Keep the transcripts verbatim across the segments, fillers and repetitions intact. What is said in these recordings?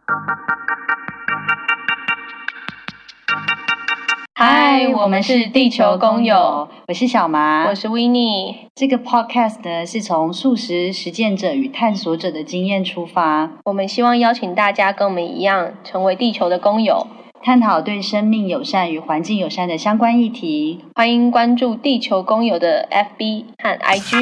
嗨，我们是地球工友，我是小麻， 我是 Winnie。 这个 podcast 呢是从素食实践者与探索者的经验出发， 我们希望邀请大家跟我们一样，成为地球的工友， 探讨对生命友善与环境友善的相关议题。 欢迎关注地球工友的 F B 和 I G。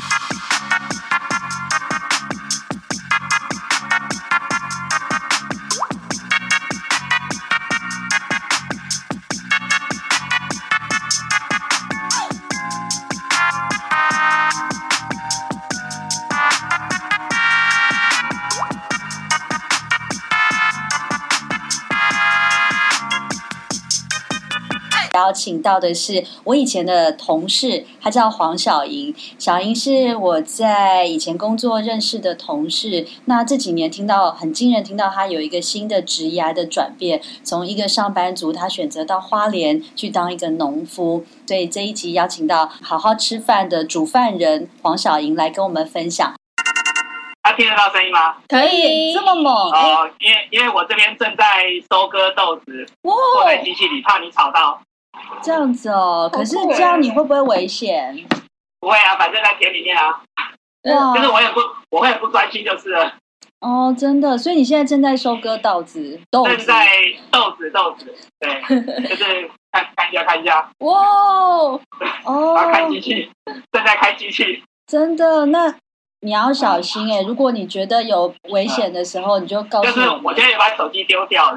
邀请到的是我以前的同事，他叫黄小莹。小莹是我在以前工作认识的同事，那这几年听到很惊人，听到他有一个新的职业的转变，从一个上班族，他选择到花莲去当一个农夫。所以这一集邀请到好好吃饭的煮饭人黄小莹来跟我们分享。 他、啊、听得到声音吗？ 可以， 这么猛哦！因为因为我这边正在收割豆子，坐在机器里，怕你吵到。 这样子哦，可是这样你会不会危险？ 不会啊，反正在田里面啊。哇，就是我也不，我会不专心就是了。 哦，真的，所以你现在正在收割豆子，豆子正在豆子豆子，对，就是看看一下看一下。 哇哦， 然后开机器，正在开机器。 真的，那你要小心哎、欸！如果你觉得有危险的时候，你就告诉我。 就是我现在也把手机丢掉了。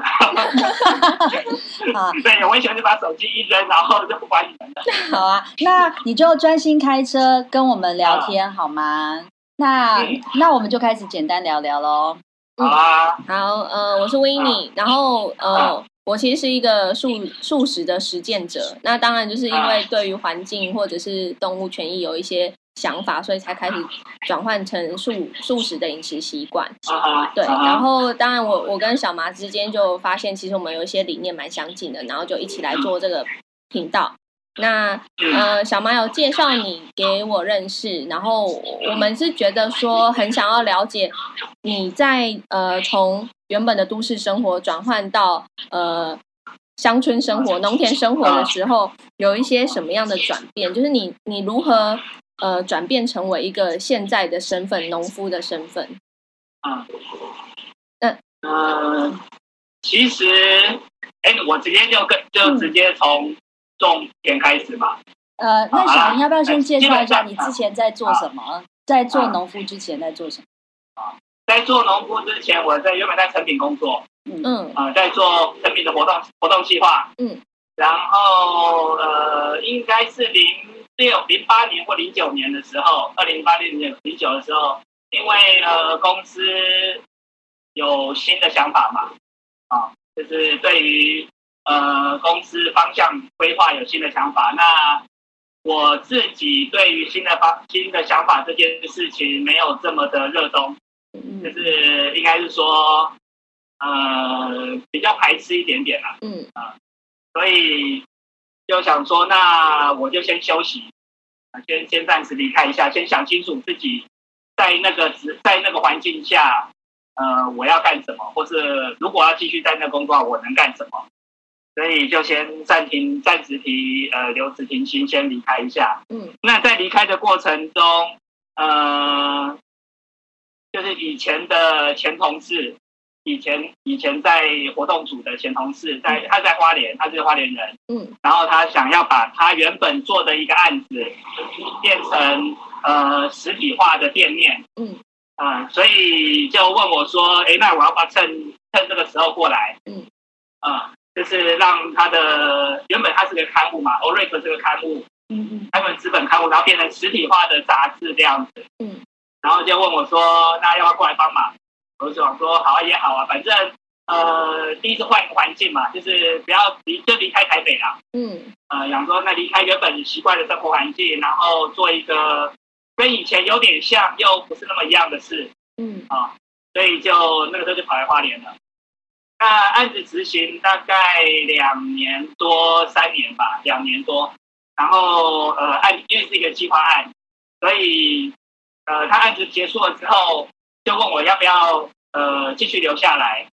好， 对，有危险就把手机一扔，然后就不管你们了。 好啊，那你就专心开车跟我们聊天、啊、好吗？那、嗯、那我们就开始简单聊聊咯。 好啊， 好，呃，我是 Winnie，、啊、然后呃。啊我其实是一个素素食的实践者，那当然就是因为对于环境或者是动物权益有一些想法，所以才开始转换成素素食的饮食习惯。对，然后当然我我跟小麻之间就发现，其实我们有一些理念蛮相近的，然后就一起来做这个频道。那呃，小麻有介绍你给我认识，然后我们是觉得说很想要了解你在呃从原本的都市生活转换到呃乡村生活、农田生活的时候，有一些什么样的转变？就是你你如何呃转变成为一个现在的身份，农夫的身份？ 嗯嗯呃，其实哎，我直接就跟就直接从种田开始嘛。 呃，那小莹要不要先介绍一下你之前在做什么？在做农夫之前在做什么？ 在做农夫之前，我在原本在成品工作，嗯啊、呃，在做成品的活动活动计划，嗯，然后呃，应该是零六零八年或零九年的时候，二零零八零零九的时候，因为呃公司有新的想法嘛，啊，就是对于呃公司方向规划有新的想法，那我自己对于新的方新的想法这件事情没有这么的热衷。就是应该是说，呃，比较排斥一点点啦，嗯啊、呃，所以就想说，那我就先休息，先先暂时离开一下，先想清楚自己在那个在那个环境下，呃，我要干什么，或是如果要继续在那工作，我能干什么，所以就先暂停，暂时提呃留职停薪，先离开一下。嗯，那在离开的过程中，呃。就是以前的前同事，以前以前在活动组的前同事，在他在花莲，他是花莲人，嗯，然后他想要把他原本做的一个案子变成呃实体化的店面，嗯啊、呃，所以就问我说，哎，那我要不要趁趁这个时候过来，嗯啊、呃，就是让他的原本他是个刊物嘛 ，Oric 是个刊物，嗯嗯，他们资本刊物，然后变成实体化的杂志这样子，嗯。然后就问我说：“那要不要过来帮忙？”我就想说：“好啊，也好啊，反正呃，第一次换一个环境嘛，就是不要离就离开台北啦。嗯，呃，想说那离开原本习惯的生活环境，然后做一个跟以前有点像又不是那么一样的事。嗯啊，所以就那个时候就跑来花莲了。那案子执行大概两年多三年吧，两年多。然后呃，案因为是一个计划案，所以。呃，他案子结束了之后，就问我要不要呃继续留下来，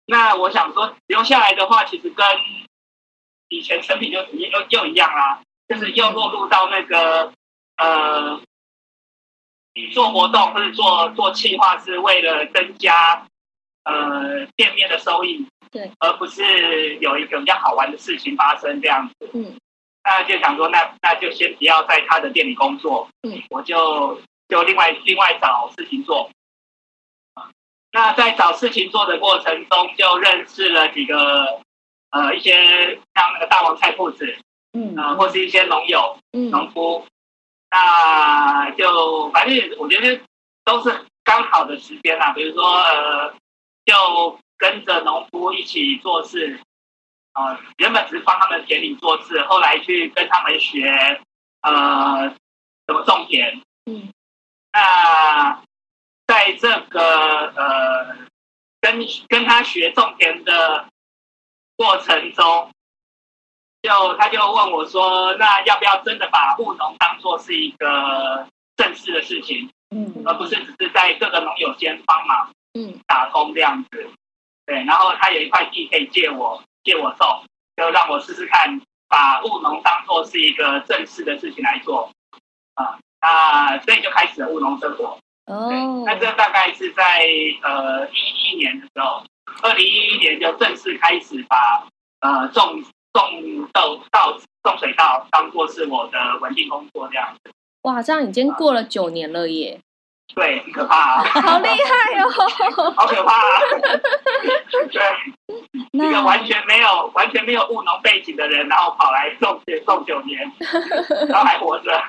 那我想说留下来的话，其实跟以前成品就又又一样啦，就是又落入到那个呃，做活动或者做做企划是为了增加呃店面的收益， 对， 而不是有一个比较好玩的事情发生这样子。 嗯， 那就想说，那那就先不要在他的店里工作， 嗯，我就就另外另外找事情做。那在找事情做的过程中，就认识了几个呃一些像那个大王菜铺子，嗯，呃，或是一些农友、嗯、农夫，那就反正我觉得都是刚好的时间啦。比如说呃，就跟着农夫一起做事，呃，原本只是帮他们田里做事，后来去跟他们学呃怎么种田，嗯，那。在这个呃跟跟他学种田的过程中，就他就问我说：“那要不要真的把务农当作是一个正式的事情，嗯，而不是只是在各个农友间帮忙，嗯，打工这样子？”对，然后他有一块地可以借我借我种，就让我试试看，把务农当作是一个正式的事情来做啊，那所以就开始了务农生活。哦，那这大概是在呃一一年的时候，二零一一年就正式开始把呃种种豆稻种水稻当作是我的稳定工作这样子。 哇，这样已经过了九年了耶！ 对，很可怕啊！ 好厉害哦， 好可怕啊！对，一个完全没有完全没有务农背景的人，然后跑来种田种九年，然后还活着。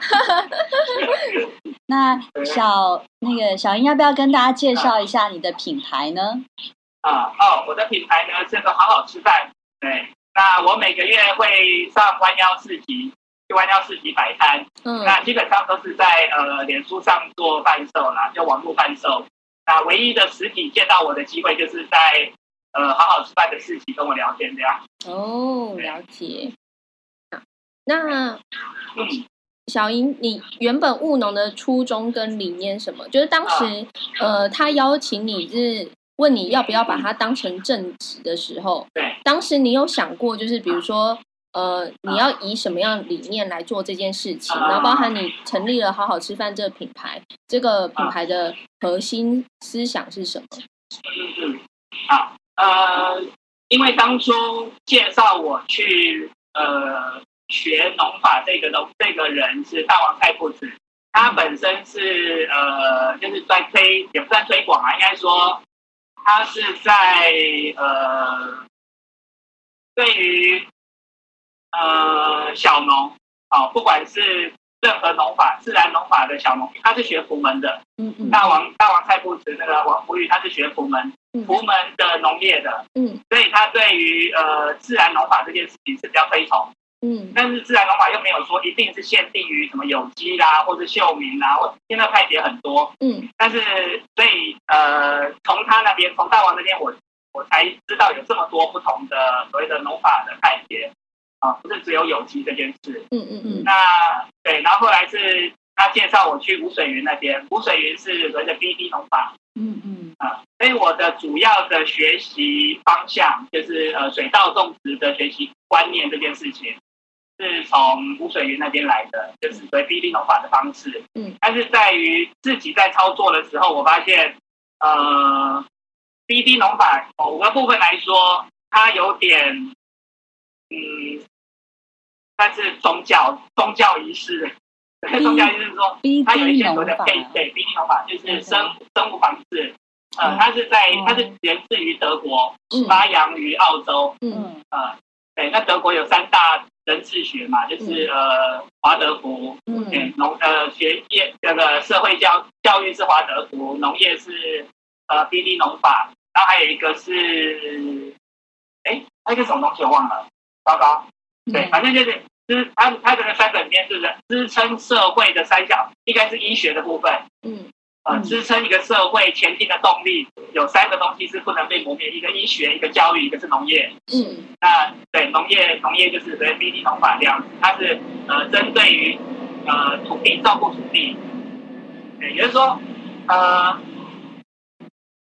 那小那个小英要不要跟大家介绍一下你的品牌呢？ 啊哦，我的品牌呢是个好好吃饭。对，那我每个月会上弯腰市集。弯腰市集摆摊，嗯，那基本上都是在呃脸书上做贩售啦，就网络贩售。那唯一的实体见到我的机会，就是在呃好好吃饭的市集跟我聊天这样。 哦，了解。那嗯，小英，你原本务农的初衷跟理念什么？就是当时、啊、呃他邀请你是问你要不要把它当成正职的时候， 对， 当时你有想过就是比如说。呃，你要以什么样理念来做这件事情？然后包含你成立了好好吃饭这个品牌，这个品牌的核心思想是什么？ 嗯嗯，好，呃，因为当初介绍我去呃学农法这个农这个人是大王菜铺子，他本身是呃就是在推也不算推广啊，应该说他是在呃对于。呃，小农，好、哦，不管是任何农法、自然农法的小农，他是学福门的。嗯嗯。大王大王菜铺子那个王福玉，他是学福门，嗯、福门的农业的。嗯。所以他对于呃自然农法这件事情是比较推崇。嗯。但是自然农法又没有说一定是限定于什么有机啦，或者秀明啦，或现在派别很多。嗯。但是所以呃，从他那边，从大王那边，我我才知道有这么多不同的所谓的农法的派别。啊，不是只有有机这件事。嗯嗯嗯。那对，然后后来是他介绍我去吴水云那边，吴水云是所谓的 B D 农法。嗯嗯。啊，所以我的主要的学习方向就是呃水稻种植的学习观念这件事情，是从吴水云那边来的，就是所谓 B D 农法的方式。嗯。但是在于自己在操作的时候，我发现呃 B D 农法某个部分来说，它有点嗯。但是宗教宗教仪式，宗教仪式是说，它有一些所谓的配对 B D 农法，就是生生物防治，呃，它是在它是源自于德国，发扬于澳洲，嗯呃，对，那德国有三大人治学嘛，就是呃华德福，嗯，农呃学业那个社会教教育是华德福，农业是呃 B D 农法，然后还有一个是，哎，还有一个什么东西我忘了，糟糕，对，反正就是。支它它这个三个里面是支撑社会的三角，应该是医学的部分。嗯，呃，支撑一个社会前进的动力有三个东西是不能被磨灭，一个医学，一个教育，一个是农业。嗯，那对农业农业就是所谓 B D 农法这样子，它是呃针对于呃土地照顾土地，对，也就是说呃。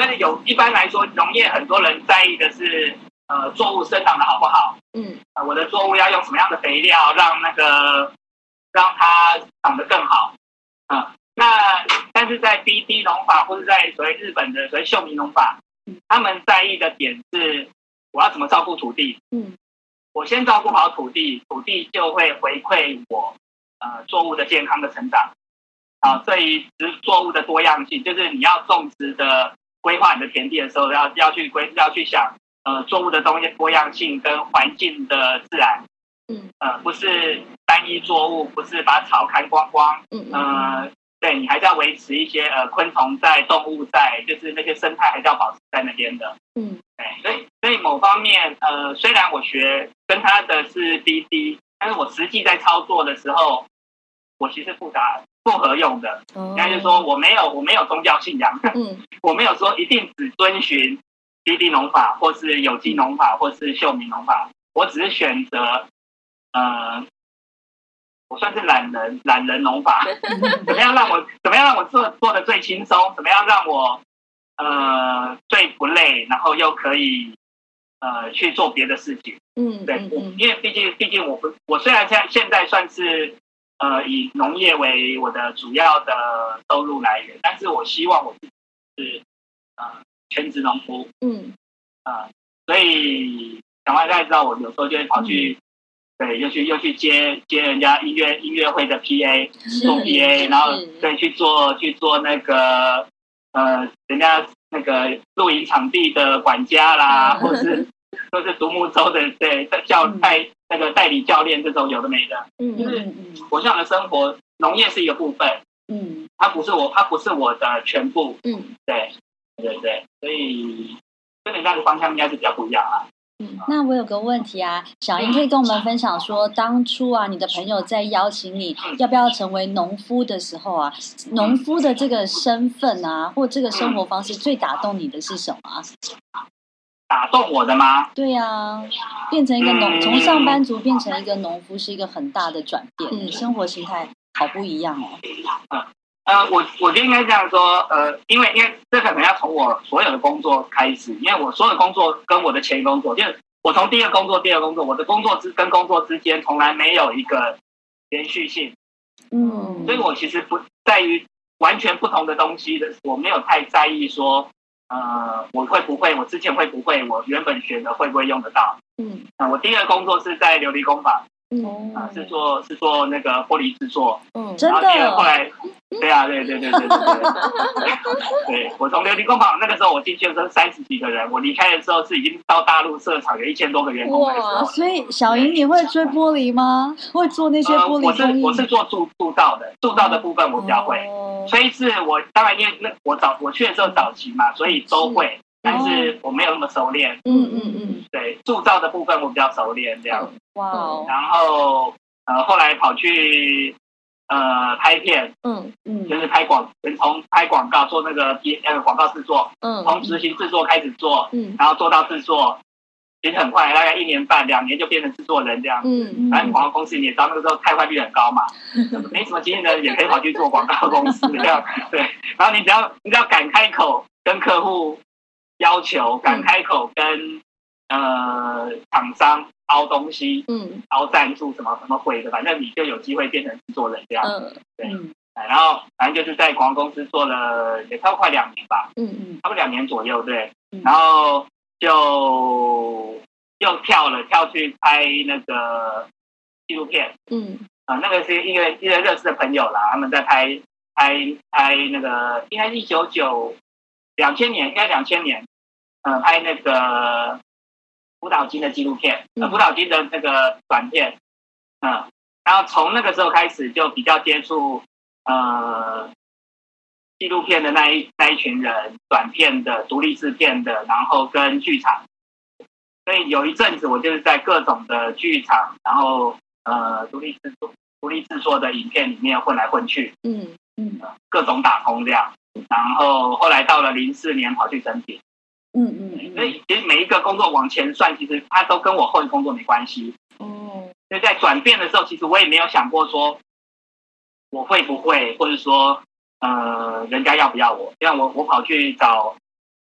所以有一般来说，农业很多人在意的是呃作物生长的好不好，嗯，呃、我的作物要用什么样的肥料让那个让它长得更好，嗯、呃，那但是在 B D 农法或者在所谓日本的所谓秀明农法，他们在意的点是我要怎么照顾土地，嗯，我先照顾好土地，土地就会回馈我呃作物的健康的成长。啊，对于植作物的多样性，就是你要种植的规划你的田地的时候，要要去规要去想，呃，作物的东西多样性跟环境的自然，嗯，呃，不是单一作物，不是把草砍光光，嗯呃，对你还是要维持一些呃昆虫在、动物在，就是那些生态还是要保持在那边的，嗯，对，所以所以某方面，呃，虽然我学跟他的是 B D， 但是我实际在操作的时候，我其实复杂。不合用的，应该就是说我没有我没有宗教信仰，嗯，我没有说一定只遵循 B D 农法或是有机农法或是秀明农法，我只是选择，呃，我算是懒人懒人农法，怎么样让我怎么样让我做做的最轻松，怎么样让我呃最不累，然后又可以呃去做别的事情，嗯，对，嗯、因为毕竟毕竟我不我虽然现现在算是。呃，以农业为我的主要的收入来源，但是我希望我自己是呃全职农夫，嗯，呃，所以小外大家知道，我有时候就会跑去，嗯、对，又去又去接接人家音乐音乐会的 P A 做 P A， 然后对去做去做那个呃人家那个露营场地的管家啦，或是或是独木舟的对教带。那个代理教练这种有的没的，嗯，就是我这样的生活，农业是一个部分，嗯，它不是我，它不是我的全部，嗯，对，对对，所以跟人家的方向应该是比较不一样啊。 嗯，那我有个问题啊，小英可以跟我们分享说，当初啊，你的朋友在邀请你要不要成为农夫的时候啊，农夫的这个身份啊，或这个生活方式最打动你的是什么啊？ 打动我的吗？ 对啊，变成一个农，从上班族变成一个农夫是一个很大的转变，嗯、生活形态好不一样哦。 嗯呃，我我觉得应该这样说，呃，因为因为这可能要从我所有的工作开始，因为我所有的工作跟我的前工作，就是我从第一个工作、第二个工作，我的工作之跟工作之间从来没有一个连续性，嗯，所以我其实不在于完全不同的东西的，我没有太在意说。呃，我会不会？我之前会不会？我原本学的会不会用得到？嗯，啊、呃，我第一个工作是在琉璃工坊，嗯，啊、呃，是做是做那个玻璃制作，嗯， 真的。 然后第二后来，对啊，对对对对对对，对我从琉璃工坊那个时候我进去的时候三十几个人，我离开的时候是已经到大陆设厂有一千多个员工的时候。 哇，所以小英你会追玻璃吗？会做那些玻璃工艺？ 呃、我是我是做铸铸造的，铸造的部分我比较会。哦炊事我当然因为那我早我去的时候早期嘛，所以都会，但是我没有那么熟练。嗯嗯嗯，对，铸造的部分我比较熟练这样。哇哦。然后呃后来跑去呃拍片，嗯嗯，就是拍广，从拍广告做那个那个广告制作，嗯，从执行制作开始做，嗯，然后做到制作。其实很快，大概一年半、两年就变成制作人这样子。嗯，反正广告公司你也知道，那个时候汰换率很高嘛，没什么经验的人也可以跑去做广告公司这样。对，然后你只要你只要敢开口跟客户要求，敢开口跟呃厂商凹东西，嗯，凹赞助什么什么鬼的，反正你就有机会变成制作人这样。嗯，对。然后反正就是在广告公司做了也差不多快两年吧，嗯嗯，差不多两年左右，对，然后。就又跳了，跳去拍那个纪录片，嗯，啊、呃，那个是一个一个认识的朋友啦，他们在拍拍拍那个，应该是一九九两千年，应该两千年，呃，拍那个辅导金的纪录片，呃，辅导金的那个短片，嗯、呃，然后从那个时候开始就比较接触，呃。纪录片的那一那一群人，短片的、独立制片的，然后跟剧场，所以有一阵子我就是在各种的剧场，然后呃独立制作、独立制作的影片里面混来混去，嗯嗯、呃，各种打工这样。然后后来到了零四年跑去整品，嗯嗯，所以其实每一个工作往前算，其实它都跟我后一工作没关系。哦，所以在转变的时候，其实我也没有想过说我会不会，或者说。呃，人家要不要我？像我，我跑去找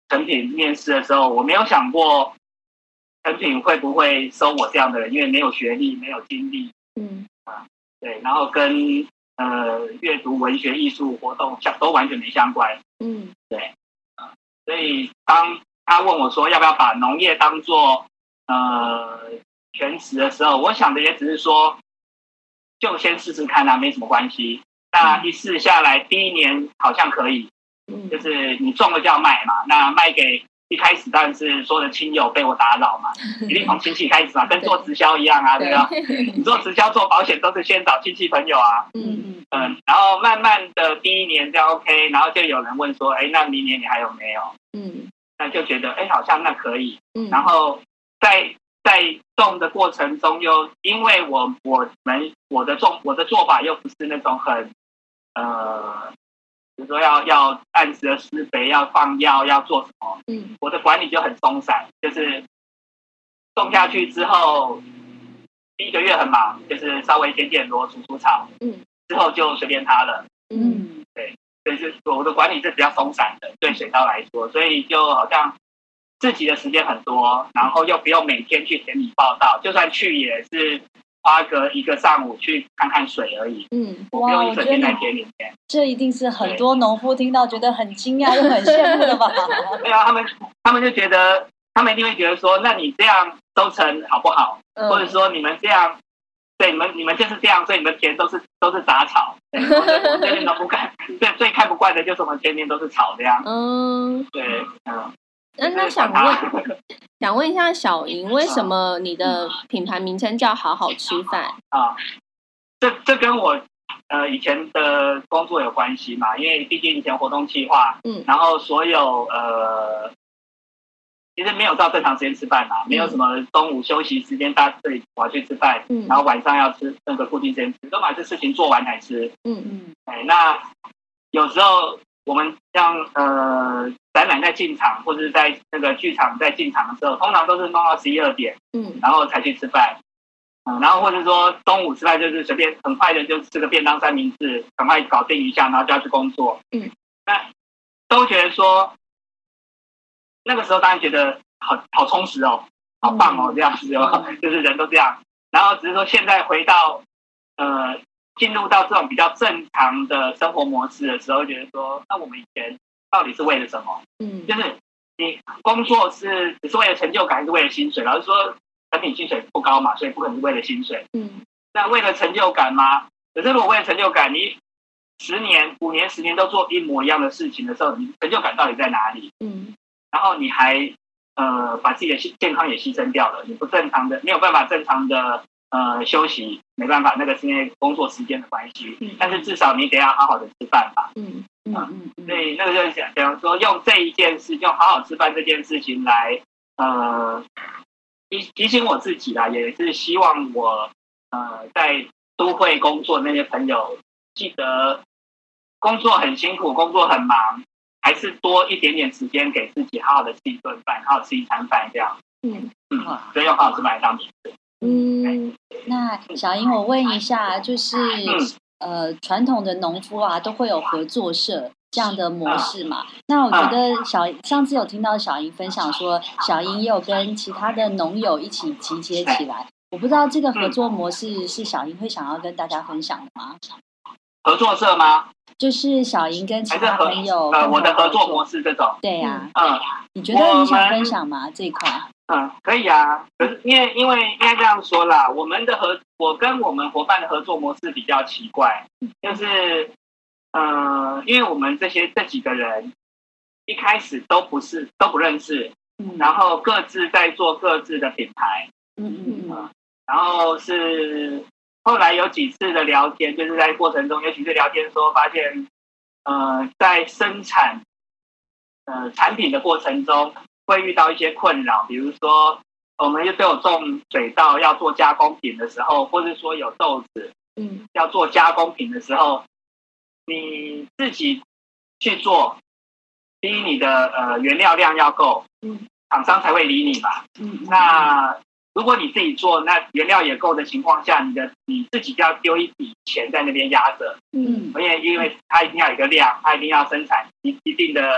成品面试的时候，我没有想过成品会不会收我这样的人，因为没有学历，没有经历，嗯啊，对，然后跟呃阅读文学艺术活动都完全没相关，嗯，对，啊，所以当他问我说要不要把农业当做呃全职的时候，我想的也只是说，就先试试看啊，没什么关系。那一试下来，第一年好像可以，嗯，就是你种了就要卖嘛，那卖给一开始当然是所有的亲友被我打扰嘛，一定从亲戚开始嘛，跟做直销一样啊，对吧？你做直销做保险都是先找亲戚朋友啊，嗯嗯，然后慢慢的第一年这样 OK， 然后就有人问说，哎，那明年你还有没有？嗯，那就觉得哎好像那可以，嗯，然后在在种的过程中又因为我我们我的种我的做法又不是那种很。呃，比如说要要按时的施肥，要放药，要做什么？嗯，我的管理就很松散，就是种下去之后，第一个月很忙，就是稍微剪剪萝、除除草，嗯，之后就随便它了，嗯，对，所以是我的管理是比较松散的，对水稻来说，所以就好像自己的时间很多，然后又不用每天去田里报道，就算去也是。花个一个上午去看看水而已，嗯，我不用一整天在田里面。 这一定是很多农夫听到觉得很惊讶又很羡慕的吧？ 对啊，他们他们就觉得，他们一定会觉得说，那你这样收成好不好？嗯、或者说你们这样，对你们你们就是这样，所以你们田都是都是杂草。我们这边都不看，最最看不惯的就是我们田边都是草这样。嗯，对，嗯。 那那想问，想问一下小莹，为什么你的品牌名称叫好好吃饭啊？这这跟我呃以前的工作有关系嘛？因为毕竟以前活动企划，嗯，然后所有呃，其实没有到正常时间吃饭嘛，没有什么中午休息时间大家这里我要去吃饭，嗯，然后晚上要吃那个固定时间吃，都把这事情做完才吃，嗯嗯，哎，那有时候。我们像呃展览在进场，或者是在那个剧场在进场的时候，通常都是弄到十一二点，嗯，然后才去吃饭，嗯，然后或者说中午吃饭就是随便很快的就吃个便当三明治，赶快搞定一下，然后就要去工作，嗯，那都觉得说那个时候当然觉得好好充实哦，好棒哦，这样子哦，就是人都这样，然后只是说现在回到呃。进入到这种比较正常的生活模式的时候，觉得说，那我们以前到底是为了什么？嗯，就是你工作是只是为了成就感，还是为了薪水？老实说，产品薪水不高嘛，所以不可能是为了薪水。嗯，那为了成就感吗？可是如果为了成就感，你十年、五年、十年都做一模一样的事情的时候，你成就感到底在哪里？嗯，然后你还呃把自己的健康也牺牲掉了，你不正常的，没有办法正常的。呃，休息没办法，那个是因为工作时间的关系。嗯，但是至少你得要好好的吃饭吧。嗯嗯嗯，所以那个就是想，比方说用这一件事，用好好吃饭这件事情来呃提提醒我自己啦，也是希望我呃在都会工作那些朋友，记得工作很辛苦，工作很忙，还是多一点点时间给自己好好的吃一顿饭，好好吃一餐饭这样。嗯嗯，所以用好好吃饭来当名字。 嗯，那小莹，我问一下，就是呃，传统的农夫啊，都会有合作社这样的模式嘛？那我觉得小上次有听到小莹分享说，小莹也有跟其他的农友一起集结起来。我不知道这个合作模式是小莹会想要跟大家分享的吗？ 合作社吗？ 就是小莹跟其他朋友呃，我的合作模式这种。 对呀、啊，嗯，你觉得你想分享吗？这一块？ 嗯，可以啊。可是因为因为应该这样说啦，我们的合我跟我们伙伴的合作模式比较奇怪，就是呃，因为我们这些这几个人一开始都不是都不认识，嗯，然后各自在做各自的品牌，嗯嗯嗯，然后是后来有几次的聊天，就是在过程中有几次聊天说发现，呃，在生产呃产品的过程中。会遇到一些困扰，比如说我们都有种水稻要做加工品的时候，或者说有豆子，嗯，要做加工品的时候，你自己去做，第一你的呃原料量要够，嗯，厂商才会理你嘛，嗯，那如果你自己做，那原料也够的情况下，你的你自己就要丢一笔钱在那边压着，嗯，因为因为它一定要有一个量，它一定要生产一一定的。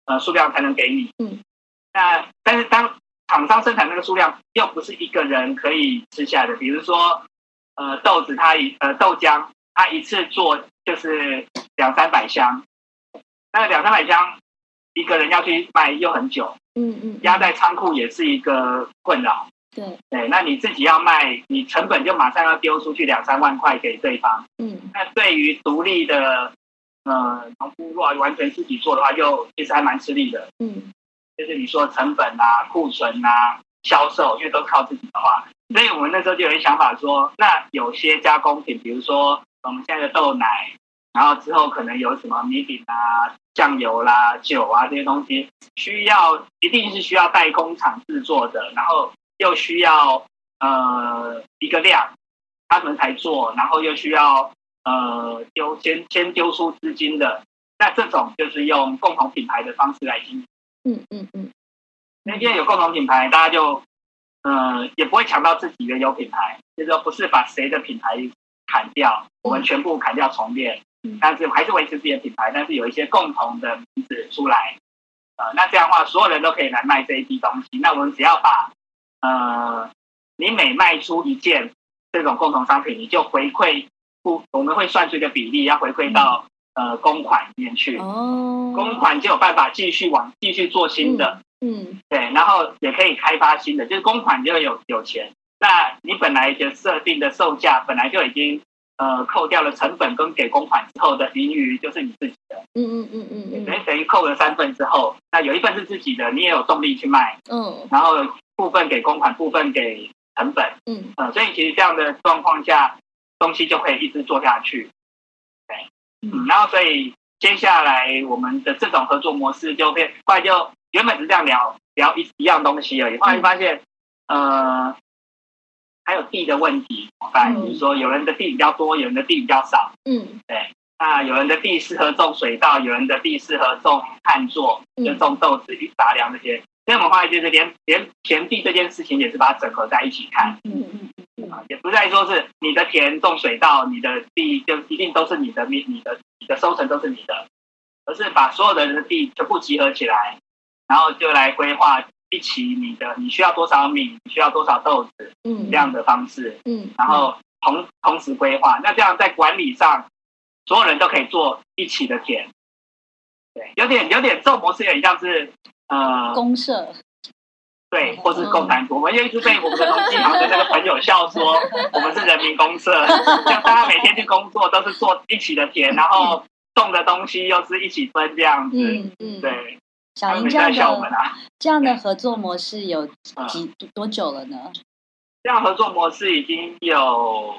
呃数量才能给你。 嗯， 那但是当厂商生产那个数量又不是一个人可以吃下的，比如说呃豆子它一呃豆浆它一次做就是两三百箱，那两三百箱一个人要去卖又很久， 嗯嗯， 压在仓库也是一个困扰。 对对，那你自己要卖，你成本就马上要丢出去两三万块给对方。 嗯， 那对于独立的呃农夫，如果完全自己做的话，就其实还蛮吃力的。 嗯， 就是你说成本啊、库存啊、销售，因为都靠自己的话，所以我们那时候就有一想法说，那有些加工品，比如说我们现在的豆奶，然后之后可能有什么米饼啊、酱油啦、酒啊这些东西，需要一定是需要代工厂制作的，然后又需要呃一个量，他们才做，然后又需要呃丢先先丢出资金的，那这种就是用共同品牌的方式来经营。 嗯嗯嗯， 那现在有共同品牌，大家就呃也不会强到自己的有品牌，就是说不是把谁的品牌砍掉，我们全部砍掉重练，但是还是维持自己的品牌，但是有一些共同的名字出来，呃，那这样的话，所有人都可以来卖这一批东西。那我们只要把呃，你每卖出一件这种共同商品，你就回馈不，我们会算出一个比例，要回馈到、嗯、呃公款里面去。哦，公款就有办法继续往继续做新的，嗯，嗯对，然后也可以开发新的，就是公款就有有钱。那你本来就设定的售价本来就已经呃扣掉了成本跟给公款之后的盈余就是你自己的，嗯嗯嗯嗯嗯，等于等于扣了三份之后，那有一份是自己的，你也有动力去卖，嗯，然后部分给公款，部分给成本，嗯，呃，所以其实这样的状况下，东西就可以一直做下去，对，嗯，然后所以接下来我们的这种合作模式就变，后来就原本是这样聊聊一一样东西而已，后来发现，呃。还有地的问题，比如说有人的地比较多，有人的地比较少，嗯，对，那有人的地适合种水稻，有人的地适合种旱作，就种豆子、杂粮这些。所以我们后来就是连连田地这件事情也是把它整合在一起看，嗯嗯嗯，啊，也不再说是你的田种水稻，你的地就一定都是你的，你的你的收成都是你的，而是把所有的人的地全部集合起来，然后就来规划。一起你的你需要多少米，你需要多少豆子，嗯，这样的方式，嗯，然后同同时规划，那这样在管理上，所有人都可以做一起的田，对，有点有点这种模式有点像是呃公社， 对，或是共产党，我们又一直被我们的农技行的那个朋友笑说，我们是人民公社，就大家每天去工作都是做一起的田，然后种的东西又是一起分这样子，嗯嗯，对。 小莹这样的、啊、这样的合作模式有几、嗯、多久了呢？ 这样合作模式已经有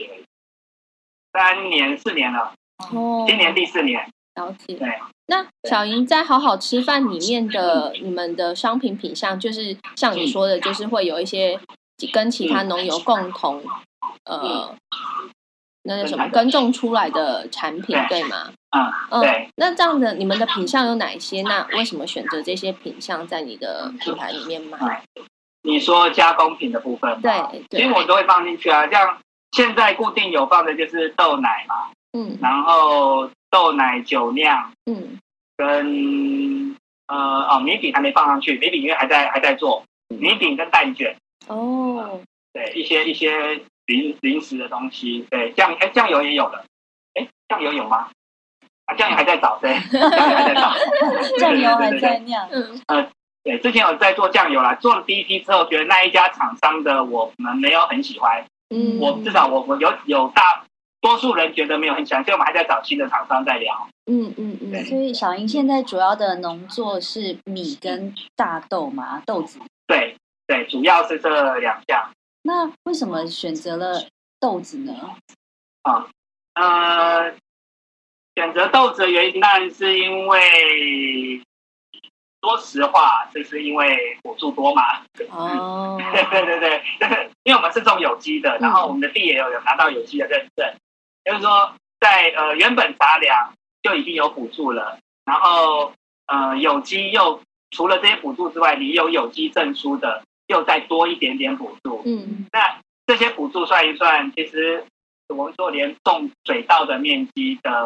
三年四年了，哦，今年第四年。 了解。对。那小莹在好好吃饭里面的你们的商品品项，就是像你说的，就是会有一些跟其他农友共同、嗯、呃。那是什么耕种出来的产品， 对, 对吗？ 嗯，嗯对。 那这样的你们的品项有哪一些？那为什么选择这些品项在你的品牌里面卖？ 嗯、你说加工品的部分， 对， 其实我都会放进去啊。像现在固定有放的就是豆奶嘛，嗯，然后豆奶酒酿，嗯，跟呃哦米饼还没放上去，米饼因为还在还在做，米饼跟蛋卷，哦，对，一些一些。零零食的东西，对酱哎酱油也有了，哎酱油有吗？啊酱油还在找，对酱油还在找， 酱油还在酿， 嗯呃对，之前有在做酱油啦，做了第一批之后，觉得那一家厂商的我们没有很喜欢，嗯，我至少我我有有大多数人觉得没有很喜欢，所以我们还在找新的厂商在聊， 嗯嗯嗯。所以小莹现在主要的农作是米跟大豆嘛，豆子， 对对，主要是这两项。 那为什么选择了豆子呢？ 啊，呃，选择豆子的原因当然是因为，说实话，就是因为补助多嘛。哦，对对对对，就是因为我们是种有机的，然后我们的地也有有拿到有机的认证，嗯、就是说在呃原本杂粮就已经有补助了，然后呃有机又除了这些补助之外，你有有机证书的。又再多一点点补助，嗯，那这些补助算一算，其实我们说连种水稻的面积的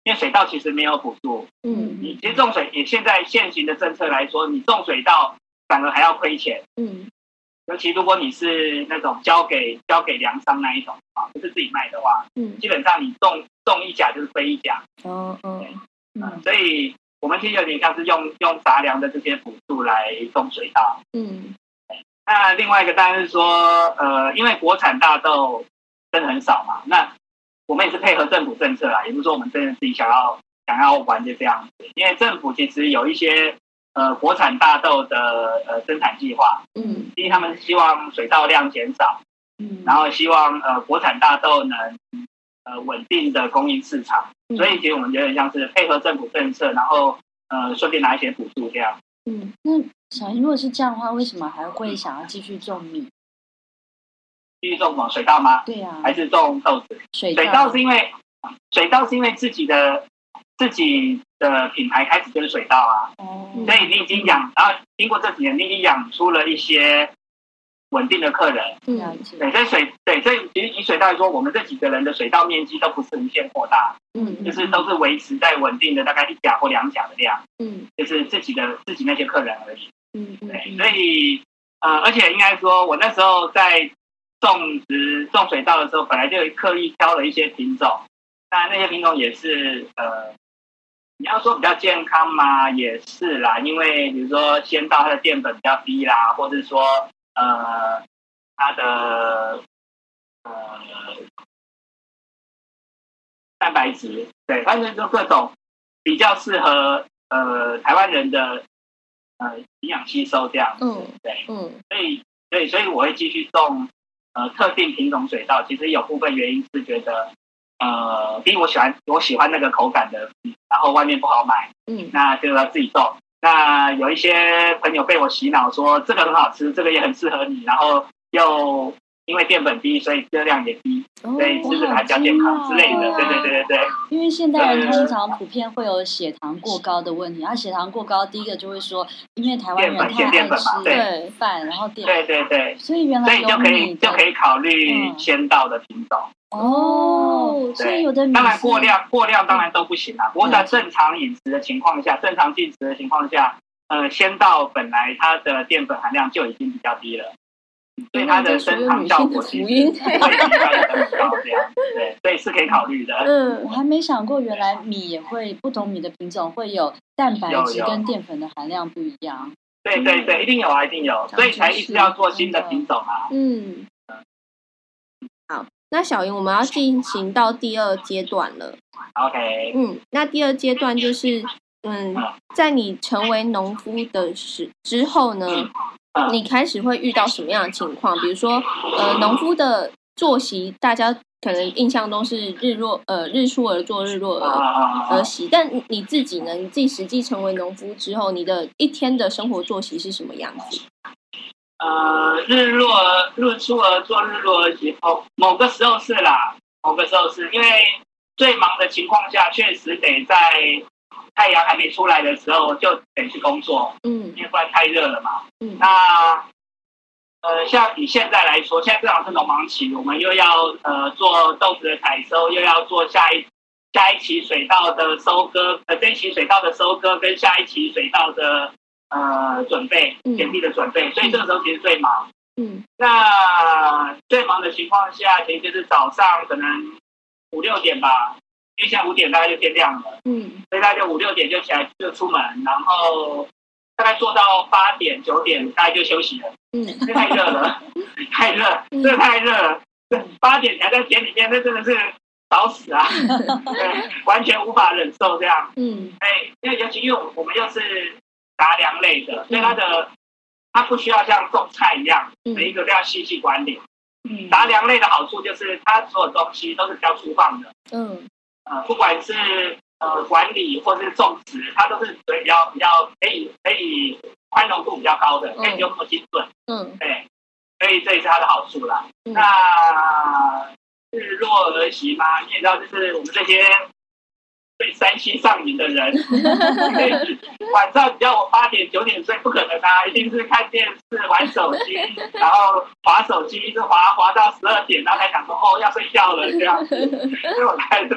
因为水稻其实没有补助， 嗯， 你其实种水也现在现行的政策来说，你种水稻反而还要亏钱， 嗯， 尤其如果你是那种交给交给粮商那一种啊，不是自己卖的话， 嗯， 基本上你种种一甲就是亏一甲， 哦哦， 嗯，所以我们其实有点像是用用杂粮的这些补助来种水稻， 嗯， 那另外一个当然是说，呃，因为国产大豆真的很少嘛，那我们也是配合政府政策啦，也不是说我们真的自己想要想要玩就这样子，因为政府其实有一些呃国产大豆的呃生产计划， 嗯， 因为他们希望水稻量减少， 嗯， 然后希望呃国产大豆能呃稳定的供应市场， 嗯， 所以其实我们觉得像是配合政府政策，然后呃顺便拿一些补助这样。 嗯，那小英如果是这样的话，为什么还会想要继续种米？ 继续种什么水稻吗？ 对啊， 还是种豆子？ 水水稻是因为水稻是因为自己的自己的品牌开始就是水稻啊， 哦， 所以你已经养，然后经过这几年，你已经养出了一些稳定的客人。 了解。 对，所以水对，所以其实以水稻来说，我们这几个人的水稻面积都不是无限扩大， 嗯， 就是都是维持在稳定的大概一甲或两甲的量， 嗯， 就是自己的自己那些客人而已。 嗯， 对，所以呃，而且应该说，我那时候在种植种水稻的时候，本来就刻意挑了一些品种，当然那些品种也是呃，你要说比较健康嘛，也是啦，因为比如说先稻它的淀粉比较低啦，或者说呃它的呃蛋白质，对，反正就各种比较适合呃台湾人的呃营养吸收这样子， 嗯， 对， 嗯， 所以对，所以我会继续种呃特定品种水稻。其实有部分原因是觉得呃，第一我喜欢我喜欢那个口感的，然后外面不好买， 嗯， 那就要自己种。那有一些朋友被我洗脑说这个很好吃，这个也很适合你，然后又因为淀粉低，所以热量也低，所以吃这个还比较健康之类的。对对对对对。 因为现代人通常普遍会有血糖过高的问题，啊，血糖过高，第一个就会说，因为台湾人太爱吃饭，然后淀对对对， 所以原来所以就可以就可以考虑先稻的品种。 哦，所以有的米当然过量过量当然都不行啊。不过在正常饮食的情况下，正常进食的情况下，呃，先稻本来它的淀粉含量就已经比较低了。所以它的升糖效果其实会比较高，这样对，所以是可以考虑的。 嗯，我还没想过，原来米也会不同米的品种会有蛋白质跟淀粉的含量不一样。 对对对，一定有啊，一定有，所以才一直要做新的品种啊。 嗯，好，那小莹，我们要进行到第二阶段了。 OK， 嗯，那第二阶段就是，嗯，在你成为农夫的时之后呢？你开始会遇到什么样的情况？比如说，呃，农夫的作息，大家可能印象中是日落，呃，日出而作，日落而而息。但你自己呢？你自己实际成为农夫之后，你的一天的生活作息是什么样子？ 呃，日落日出而作，日落而息。哦，某个时候是啦，某个时候是因为最忙的情况下，确实得在太阳还没出来的时候就得去工作， 嗯， 因为不然太热了嘛。 嗯， 那呃，像以现在来说，现在正好是农忙期，我们又要呃做豆子的采收，又要做下一下一期水稻的收割，呃，这一期水稻的收割跟下一期水稻的呃准备，田地的准备，所以这个时候其实最忙。 嗯， 那最忙的情况下，其实就是早上可能五六点吧。因为现在五点大概就天亮了， 嗯， 所以大概就五六点就起来就出门，然后大概做到八点九点大概就休息了， 嗯， 因为太热了，太热，真的太热了，八点还在田里面，那真的是找死啊，对，完全无法忍受这样， 嗯， 哎，因为尤其因为我们又是杂粮类的，所以它的它不需要像种菜一样，每一个都要细细管理，嗯，杂粮类的好处就是它所有东西都是比较粗放的， 嗯。 呃，不管是呃管理或是种植，它都是比较比较可以可以宽容度比较高的，可以不用那么精准。 嗯， 对，所以这也是它的好处啦。 嗯、 那日落而息嘛，你也知道，就是我们这些对山西上瘾的人，晚上只要我八点九点睡，不可能啊，一定是看电视、玩手机，然后滑手机，一直滑滑到十二点，然后才想说哦要睡觉了这样子。所以我大概就是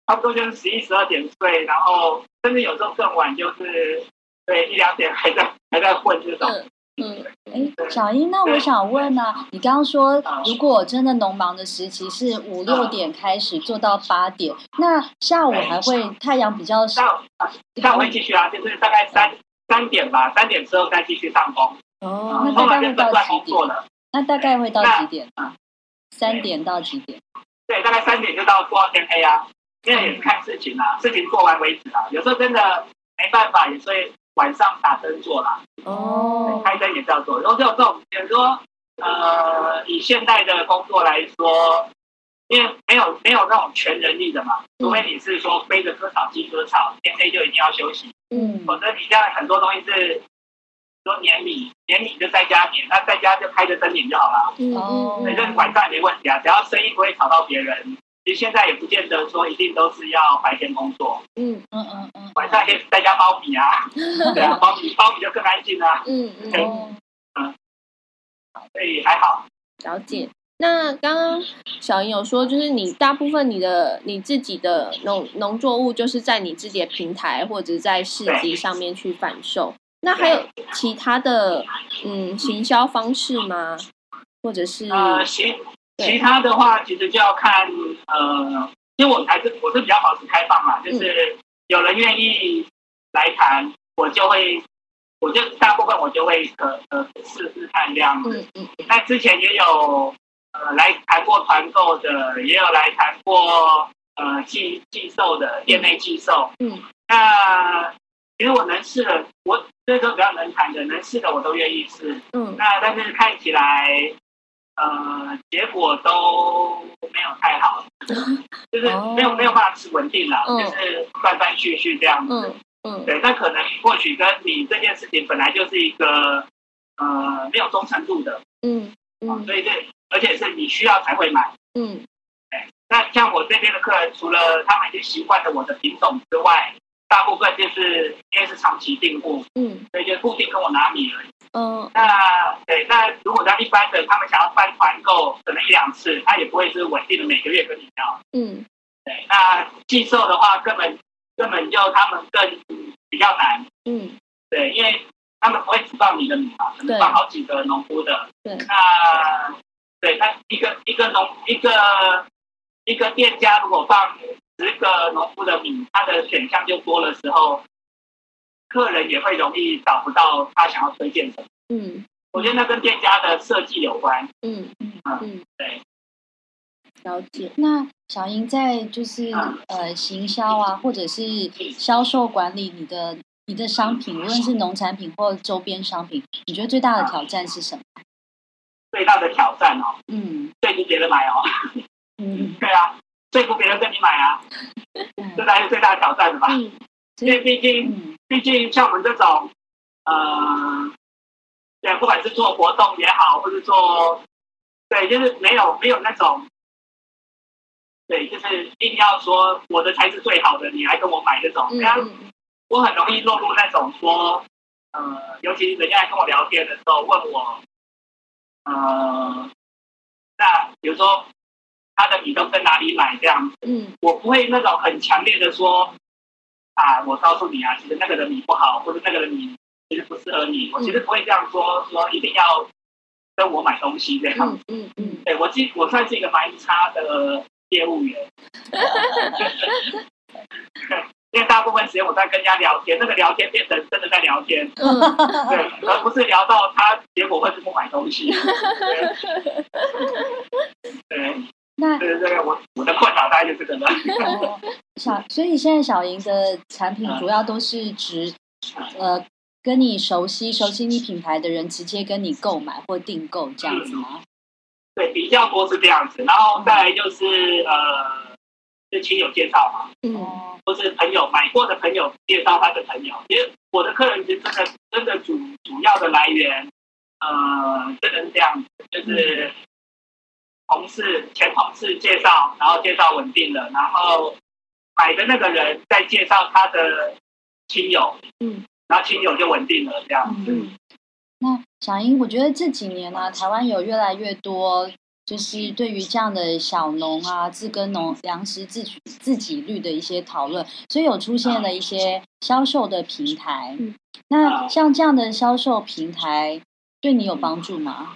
差不多就是十一十二点睡，然后甚至有时候更晚，就是对一两点还在还在混这种。 嗯，哎，小英，那我想问呢、啊，你刚刚说如果真的农忙的时期是五六点开始做到八点，那下午还会太阳比较下下午会继续啊，就是大概三三点吧，三点之后再继续上工。 哦，那大概会到几点？那大概会到几点？三点到几点？ 对，大概三点就到做到天黑啊，因为也是看事情啊，事情做完为止啊。有时候真的没办法，也是会晚上打灯做啦。哦，开灯也是要做。然后就有这种，比如说呃，以现代的工作来说，因为没有没有那种全人力的嘛，除非你是说背着割草机割草，天黑就一定要休息。嗯，否则你这样很多东西是。说年米，年米就在家点，那在家就开着灯点就好了。哦，所以这晚上也没问题啊，只要声音不会吵到别人。其实现在也不见得说一定都是要白天工作。嗯嗯嗯嗯，晚上可以在家包米啊，对啊，包米包米就更安静啊。嗯嗯嗯嗯，所以还好。 了解。那刚刚小莹有说，就是你大部分你的你自己的农农作物，就是在你自己的平台或者在市集上面去贩售。那还有其他的嗯行销方式吗？或者是呃其其他的话，其实就要看呃，因为我还是我是比较保持开放嘛，就是有人愿意来谈，我就会我就大部分我就会呃呃试试看这样子。嗯嗯。那之前也有呃来谈过团购的，也有来谈过呃寄寄售的店内寄售。嗯。那其实我能试的，我这个比较能谈的，能试的我都愿意试。嗯，那但是看起来，呃，结果都没有太好，就是没有、哦、没有办法持稳定了，嗯、就是断断续续这样子。嗯嗯，对，那可能或许跟你这件事情本来就是一个呃没有忠诚度的。嗯嗯、啊，所以这而且是你需要才会买。嗯，对，那像我这边的客人，除了他们已经习惯了我的品种之外。大部分就是因为是长期订户，嗯，所以就固定跟我拿米而已。嗯，那对，那如果像一般的，他们想要办团购，可能一两次，他也不会是稳定的每个月跟你要。嗯，对，那寄售的话，根本根本就他们更比较难。嗯，对，因为他们不会只放你的米嘛，可能放好几个农夫的。对，那对，那一个一个农一个一个店家如果放十个农夫的米，他的选项就多的时候，客人也会容易找不到他想要推荐的。嗯，我觉得那跟店家的设计有关。嗯嗯嗯，对。 了解。 那小英在就是呃行销啊，或者是销售管理你的你的商品，无论是农产品或周边商品，你觉得最大的挑战是什么？ 最大的挑战哦，嗯，说服别人买哦。嗯，对啊。说服别人跟你买啊，这才是最大的挑战的吧？嗯、因为毕竟，嗯、毕竟像我们这种，呃，对，不管是做活动也好，或者做，对，就是没有没有那种，对，就是一定要说我的才是最好的，你来跟我买这种，这样、嗯、我很容易落入那种说，呃，尤其人家来跟我聊天的时候问我，呃，那比如说。他的米都跟哪里买这样子，嗯，我不会那种很强烈的说，啊，我告诉你啊，其实那个的米不好，或者那个的米其实不适合你，我其实不会这样说，说一定要跟我买东西这样子，嗯嗯，嗯对我记我算是一个蛮差的业务员，因为大部分时间我在跟人家聊天，那个聊天变成真的在聊天，嗯，对，而不是聊到他结果会是不买东西，对。对那对对对，我我的困扰大概就是这个了。 哦，小，所以现在小莹的产品主要都是指，呃，跟你熟悉、熟悉你品牌的人直接跟你购买或订购这样子吗？嗯、 对，比较多是这样子，然后再来就是呃，是亲友介绍嘛，嗯，或是朋友买过的朋友介绍他的朋友。其实我的客人其实真的真的主主要的来源，呃，真的是这样子，就是。嗯同事前同事介绍，然后介绍稳定了，然后买的那个人再介绍他的亲友，嗯，然后亲友就稳定了这样子。嗯， 那小英，我觉得这几年呢、啊，台湾有越来越多就是对于这样的小农啊、自耕农粮食自给自给率的一些讨论，所以有出现了一些销售的平台。嗯、那像这样的销售平台，对你有帮助吗？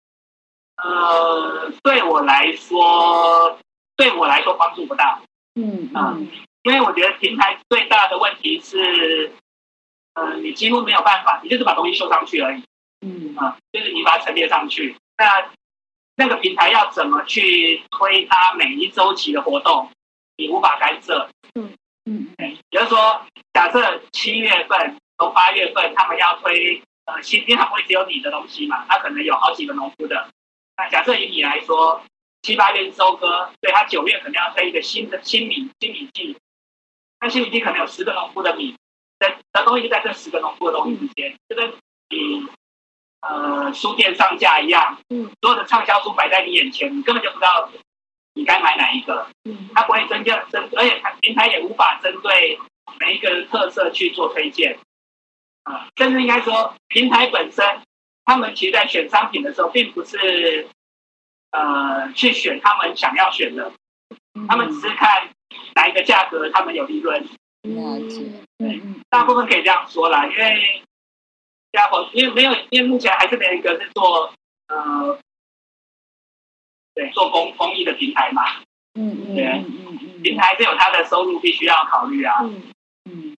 呃，对我来说，对我来说帮助不大。嗯嗯、呃，因为我觉得平台最大的问题是，呃，你几乎没有办法，你就是把东西秀上去而已。嗯啊、呃，就是你把它陈列上去，那。那个平台要怎么去推它每一周期的活动，你无法干涉。嗯嗯，也就是说，假设七月份到八月份他们要推呃新，因为它不会只有你的东西嘛，它可能有好几个农夫的。那假设以你来说，七八月收割，所以它九月可能要推一个新的新米新米季，那新米季可能有十个农夫的米，在的东西就在这十个农夫的东西之间，就跟你。呃，书店上架一样，嗯，所有的畅销书摆在你眼前，你根本就不知道你该买哪一个，嗯，它不会针对针，而且平台也无法针对每一个特色去做推荐，啊、呃，甚至应该说，平台本身，他们其实在选商品的时候，并不是呃去选他们想要选的，他们只是看哪一个价格他们有利润，了解，对，大部分可以这样说啦，因为。因为没有，因为目前还是没有一个是做呃，对，做公公益的平台嘛。嗯嗯，对，嗯嗯，平台是有它的收入，必须要考虑啊。嗯嗯。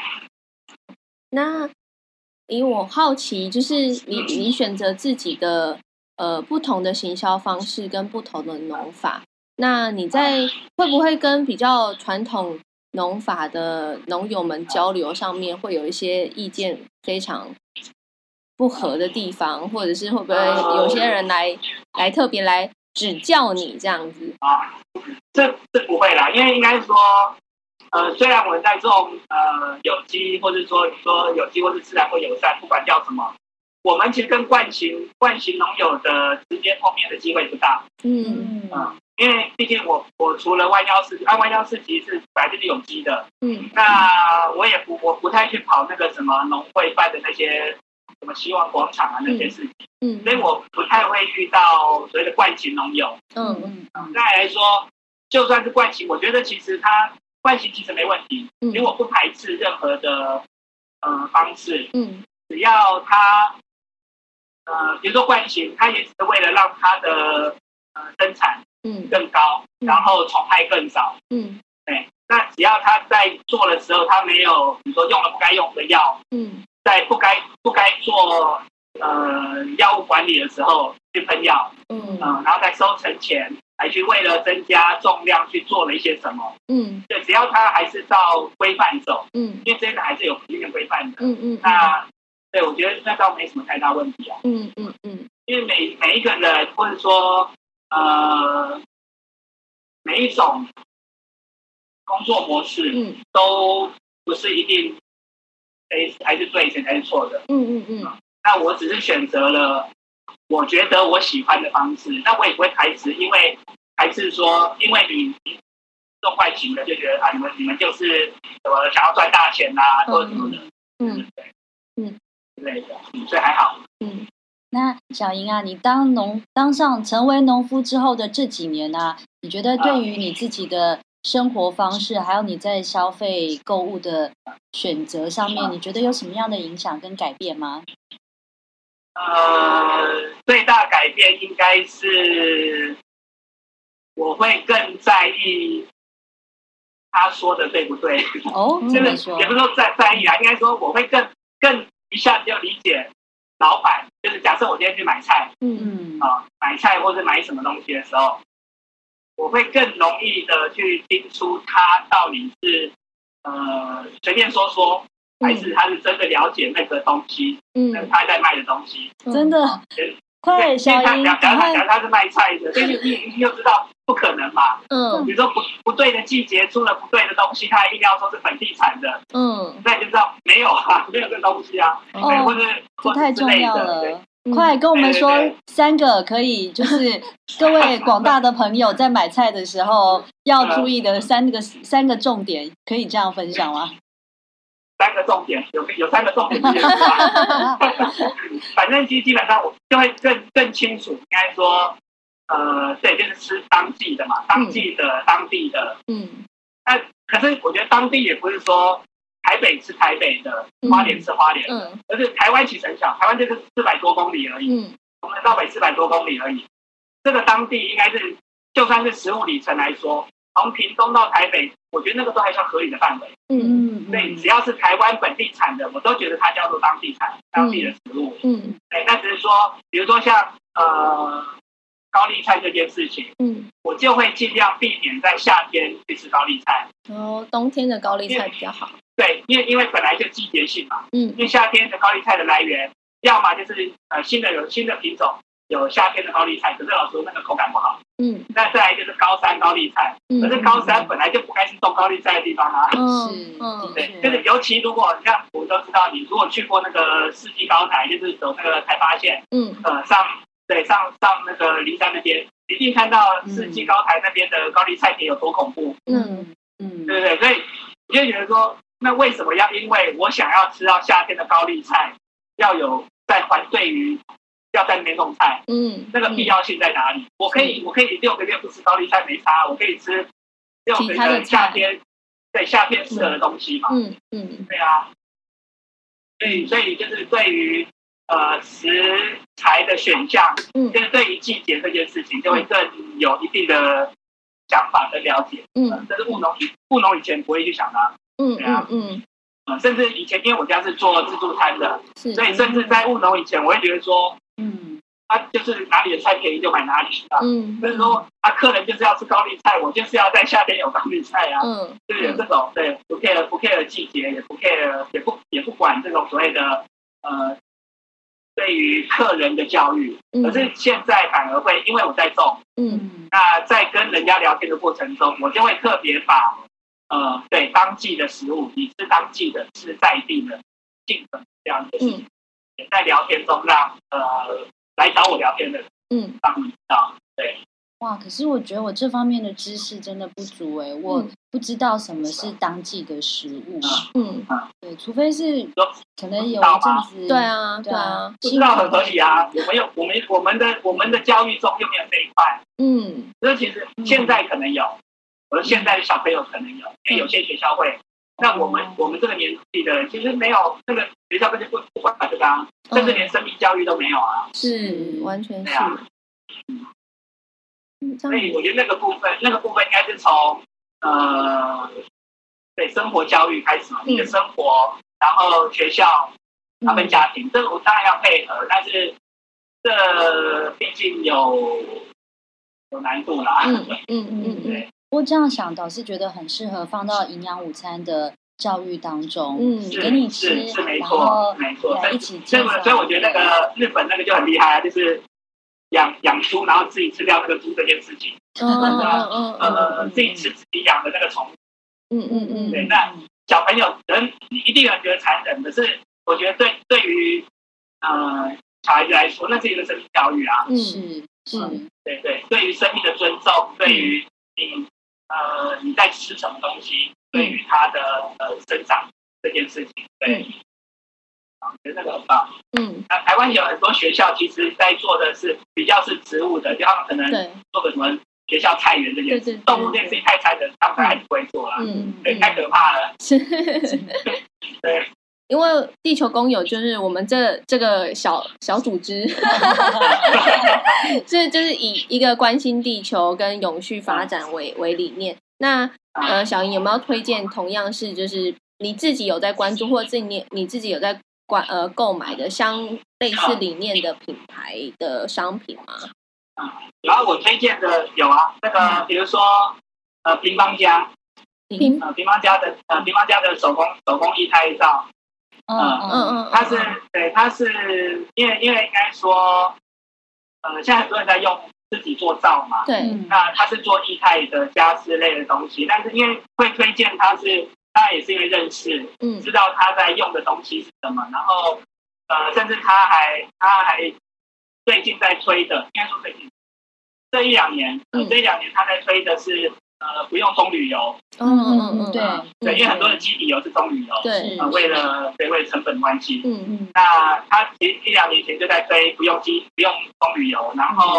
那以我好奇，就是你你选择自己的呃不同的行销方式跟不同的农法，那你在会不会跟比较传统农法的农友们交流上面会有一些意见非常不合的地方，或者是会不会有些人来、呃、来特别来指教你这样子啊？这这不会啦，因为应该说，呃，虽然我们在种呃有机，或者说你说有机或是自然或友善，不管叫什么，我们其实跟惯行惯行农友的直接碰面的机会不大。嗯嗯。呃因为毕竟我我除了弯腰市，啊弯腰市集是本来就是有机的，嗯，那我也不我不太去跑那个什么农会办的那些什么希望广场啊那些事情，嗯，所以我不太会遇到所谓的惯行农友，嗯嗯，嗯再来说，就算是惯行，我觉得其实他惯行其实没问题，嗯，因为我不排斥任何的呃方式，嗯，只要他呃比如说惯行，他也是为了让他的呃生产。嗯，更高，然后虫害更少。嗯，对，那只要他在做的时候，他没有，比如说用了不该用的药，嗯，在不该不该做呃药物管理的时候去喷药，嗯、呃，然后在收成前还去为了增加重量去做了一些什么，嗯，对，只要他还是照规范走，嗯，因为这个还是有一定规范的，嗯嗯，那对我觉得那倒没什么太大问题啊，嗯嗯嗯，因为每每一个人或者说。呃，每一种工作模式，嗯，都不是一定谁才是对，谁才是错的，嗯嗯嗯。那我只是选择了我觉得我喜欢的方式，那我也不会排斥，因为还是说，因为你重惯行的就觉得啊，你们你们就是什么想要赚大钱啊，或者什么的，嗯嗯之类的，所以还好，嗯。 那小莹啊，你当农当上成为农夫之后的这几年啊，你觉得对于你自己的生活方式，还有你在消费购物的选择上面，你觉得有什么样的影响跟改变吗？ 呃，最大改变应该是我会更在意他说的对不对。哦，这个也不是说在在意啊，应该说我会更更一下子就理解。老板就是假设我今天去买菜，嗯啊，买菜或者买什么东西的时候，我会更容易的去听出他到底是呃随便说说，还是他是真的了解那个东西，嗯，他在卖的东西， 真的，快小莹， 假假假他是卖菜的，所以你你就知道不可能嘛，嗯，比如说不不对的季节出了不对的东西，他一定要说是本地产的，嗯，那你就知道没有啊，没有这东西啊，哦，或者这太重要了，快跟我们说三个可以，就是各位广大的朋友在买菜的时候要注意的三个三个重点，可以这样分享吗？ 三个重点，有有三个重点，反正基基本上我就会更更清楚，应该说呃，对，就是吃当季的嘛，当季的、嗯、当地的，嗯，那可是我觉得当地也不是说台北是台北的，花莲是花莲的，嗯、而是台湾其实很小，台湾就是四百多公里而已，嗯，从南到北四百多公里而已，这个当地应该是就算是十五里程来说，从屏东到台北，我觉得那个都还算合理的范围，嗯嗯，所以只要是台湾本地产的，我都觉得它叫做当地产，当地的食物，嗯，对，那只是说，比如说像呃。高丽菜这件事情，嗯，我就会尽量避免在夏天去吃高丽菜。 哦，冬天的高丽菜比较好。 对，因为因为本来就季节性嘛，嗯，因为夏天的高丽菜的来源，要么就是呃新的有新的品种，有夏天的高丽菜，可是老实说那个口感不好，嗯，那再来就是高山高丽菜，嗯、可是高山本来就不该是种高丽菜的地方啊， 是， 嗯，对，就是尤其如果像我们都知道，你如果去过那个世纪高台，就是走那个台八线，嗯，呃上。对，上上那个梨山那边，一定看到世纪高台那边的高丽菜田有多恐怖。嗯嗯，对不对？所以你就觉得说，那为什么要因为我想要吃到夏天的高丽菜，要有在还对于要在那边种菜？嗯，那个必要性在哪里？嗯、我可以我可以六个月不吃高丽菜没差，我可以吃六个月夏天对夏天适合的东西嘛。嗯嗯，对啊。所以所以就是对于。呃，食材的选项，嗯，就是对于季节这件事情，就会更有一定的想法跟了解，嗯，呃、这是务农务农以前不会去想的、啊，嗯，对啊，嗯，呃，甚至以前因为我家是做自助餐的，所以甚至在务农以前，我会觉得说，嗯，他、啊、就是哪里的菜便宜就买哪里啊，嗯，就是说，啊，客人就是要吃高丽菜，我就是要在夏天有高丽菜啊，嗯，就是有这种对，不 care 不 care 季节，也不 care 也不也不管这种所谓的呃。对于客人的教育，可是现在反而会，因为我在种，嗯，那在跟人家聊天的过程中，我就会特别把，呃，对当季的食物，你是当季的，是在地的，尽可能这样的事情，也在聊天中让呃来找我聊天的人，嗯，让你知道，对。 哇，可是我觉得我这方面的知识真的不足哎，我不知道什么是当季的食物。嗯，对，除非是可能有一阵子， 对啊，对啊， 不知道很合理啊。我们有我们我们的我们的教育中又没有这一块。嗯，所以其实现在可能有，我说现在的小朋友可能有，因为有些学校会。那我们我们这个年纪的人，其实没有那个学校根本就不不管这个啊，甚至连生命教育都没有啊。 是，完全是。 所以我觉得那个部分，那个部分应该是从呃，对生活教育开始嘛，你的生活，然后学校，他们家庭，这我当然要配合，但是这毕竟有有难度啦。嗯嗯嗯对。不过这样想，导师觉得很适合放到营养午餐的教育当中，嗯，给你吃， 是没错，没错， 一起所以所以我觉得那个日本那个就很厉害，就是。养养猪，然后自己吃掉那个猪这件事情，嗯嗯呃，自己吃自己养的那个宠物，嗯嗯嗯，对，那小朋友人一定有人觉得残忍，可是我觉得对对于呃小孩子来说，那是一个生命教育啊， 嗯是是， 对对，对于生命的尊重，对于你呃你在吃什么东西，对于他的呃生长这件事情，对。我觉得那个很棒。嗯，那台湾有很多学校，其实在做的是比较是植物的，就他们可能做个什么学校菜园这件事，动物这件事情太残忍，他们还是不会做了。嗯，对，太可怕了。是，对。 因为地球公友就是我们这这个小小组织，这就是以一个关心地球跟永续发展为为理念。那呃，小莹有没有推荐同样是就是你自己有在关注，或者是你你自己有在关呃购买的相类似理念的品牌的商品吗？ 啊，然后我推荐的有啊，那个比如说呃平方家，平呃平方家的呃平方家的手工手工液拍照。嗯嗯嗯，它是对，它是因为因为应该说，呃，现在很多人在用自己做皂嘛， 对， 那它是做液态的家饰类的东西，但是因为会推荐它是，当然也是因为认识，嗯，知道他在用的东西是什么，然后呃，甚至他还他还最近在推的，应该说最近这一两年，呃、这一两年他在推的是。呃，不用棕榈油， 嗯嗯嗯，对对，因为很多的基底油是棕榈油， 对， 呃，为了对为了成本关系，嗯嗯，那他其实一两年前就在推不用基不用棕榈油，然后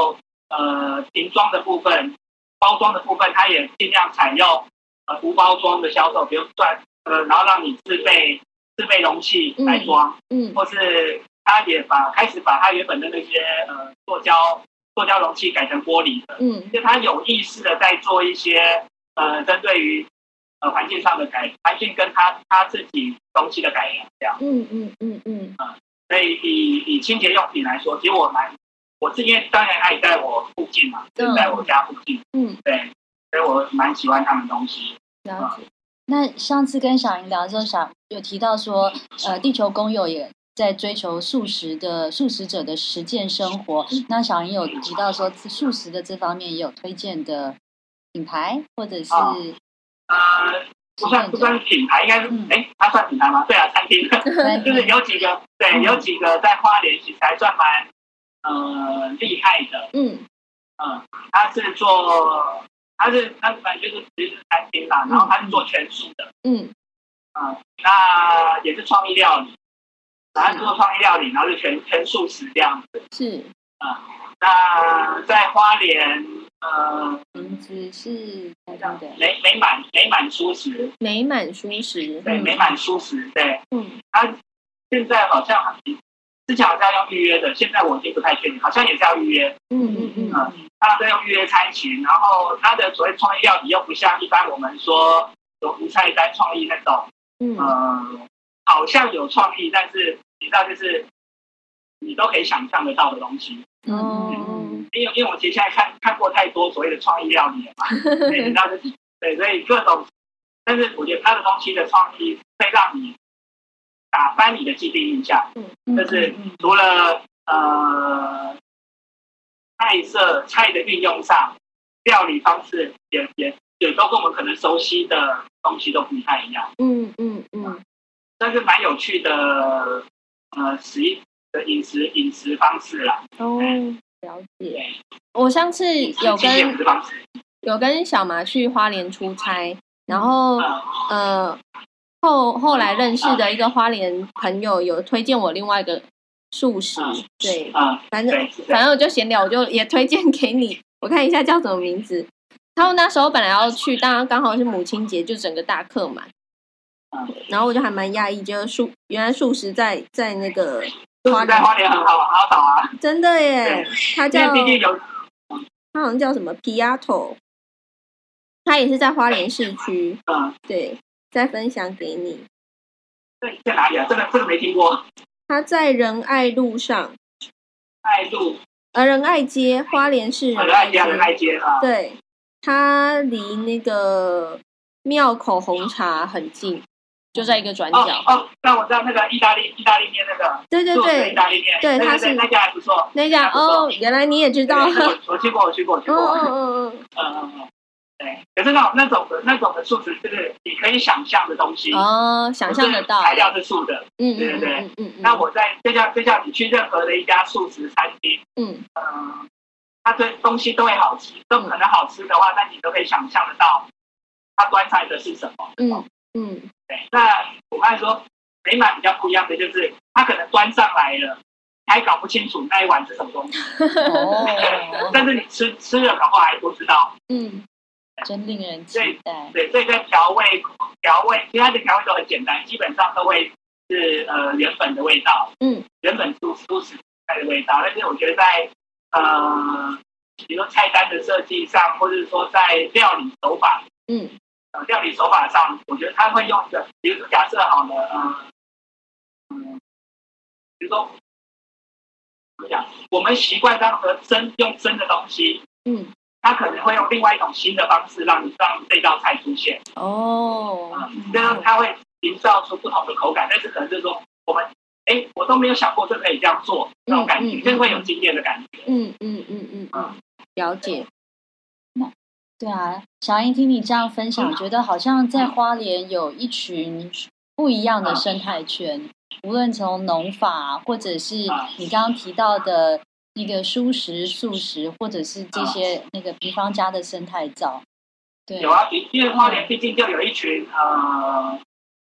呃瓶装的部分、包装的部分，它也尽量采用呃无包装的销售，比如算呃，然后让你自备自备容器来装，嗯，嗯或是它也把开始把它原本的那些呃塑胶塑胶容器改成玻璃的，嗯，就它有意识的在做一些呃针对于呃环境上的改环境跟它它自己东西的改良，这样，嗯嗯嗯嗯，呃，所以以以清洁用品来说，其实我蛮我是因为当然它也在我附近嘛，就在我家附近，嗯，对，所以我蛮喜欢他们东西。 了解。那上次跟小莹聊的时候，小有提到说，呃，地球公友也在追求素食的素食者的实践生活。那小莹有提到说，素食的这方面也有推荐的品牌，或者是、哦、 呃，不算不算品牌，应该是哎、嗯，它算品牌吗？对啊，餐厅，就是有几个对，有几个在花莲其实还算蛮呃厉害的。嗯嗯，他是做。他是他本来就是其实是餐厅啦，然后他是做全素的，嗯，啊、呃，那也是创意料理，然后做创意料理，然后是全全素食这样子，是啊、呃，那在花莲，呃， 名字是美美满美满蔬食， 美满蔬食， 对，美满蔬食，对，嗯，他现在好像之前好像要预约的，现在我已经不太确定，好像也是要预约。嗯嗯嗯。呃，他在用预约餐群，然后他的所谓创意料理又不像一般我们说有无菜单创意那种，嗯，呃，好像有创意，但是你知道就是你都可以想象得到的东西。哦、嗯。因为因为我其实现在看看过太多所谓的创意料理了嘛，对，你知道就是对，所以各种，但是我觉得他的东西的创意会让你打翻你的既定印象，嗯，就是除了呃菜色菜的运用上，料理方式也也也都跟我们可能熟悉的东西都不太一样，嗯嗯嗯，但是蛮有趣的呃食的饮食饮食方式啦。 哦，了解。我上次有跟有跟小麻去花莲出差，然后、嗯、呃。后后来认识的一个花莲朋友有推荐我另外一个素食，对，反正反正我就闲聊，我就也推荐给你，我看一下叫什么名字。他们那时候本来要去，当然刚好是母亲节，就整个大客满，然后我就还蛮讶异，就是素原来素食在在那个花莲，在花莲很好很好找啊， 真的耶，他叫他好像叫什么皮亚头，他也是在花莲市区，嗯，对。再分享给你。 对，在哪里啊？这个这个没听过。 它在仁爱路上。 爱路。 呃，仁爱街，花莲市仁爱街。仁爱街啊。 对，它离那个庙口红茶很近，就在一个转角。 哦，哦那我知道那个意大利意大利面那个。 对对对。 意大利面。 对，它是那家还不错。 那家哦，原来你也知道。 我我去过，我去过，我去过。 嗯嗯嗯嗯。嗯嗯。对，可是那种那种的那种的素食，就是你可以想象的东西哦，想象得到， 材料是素的，嗯，对对对，嗯嗯。那我在就像就像你去任何的一家素食餐厅，嗯嗯，它的东西都会好吃，都可能好吃的话，那你都可以想象得到，它端上来的是什么，嗯嗯。对，那我刚才说美满比较不一样的就是，它可能端上来了，还搞不清楚那一碗是什么东西，哦，但是你吃吃了，搞不好还不知道，嗯。 真令人期待。 对，所以在调味调味，其实它的调味都很简单，基本上都会是呃原本的味道，嗯，原本素素食菜的味道。但是我觉得在呃，比如说菜单的设计上，或者是说在料理手法，嗯，呃，料理手法上，我觉得他会用一个，比如说假设好了，呃，嗯，比如说怎么讲，我们习惯上和蒸用蒸的东西，嗯。他可能会用另外一种新的方式让你让这道菜出现哦，嗯，就是他会营造出不同的口感，但是可能就是说我们哎，我都没有想过这可以这样做，那种感觉，就会有经验的感觉。 嗯嗯嗯嗯嗯，了解。 那对啊，小英听你这样分享，觉得好像在花莲有一群不一样的生态圈，无论从农法，或者是你刚刚提到的。那个蔬食、素食，或者是这些那个平方家的生态照，对， 有啊，因为花莲毕竟就有一群呃，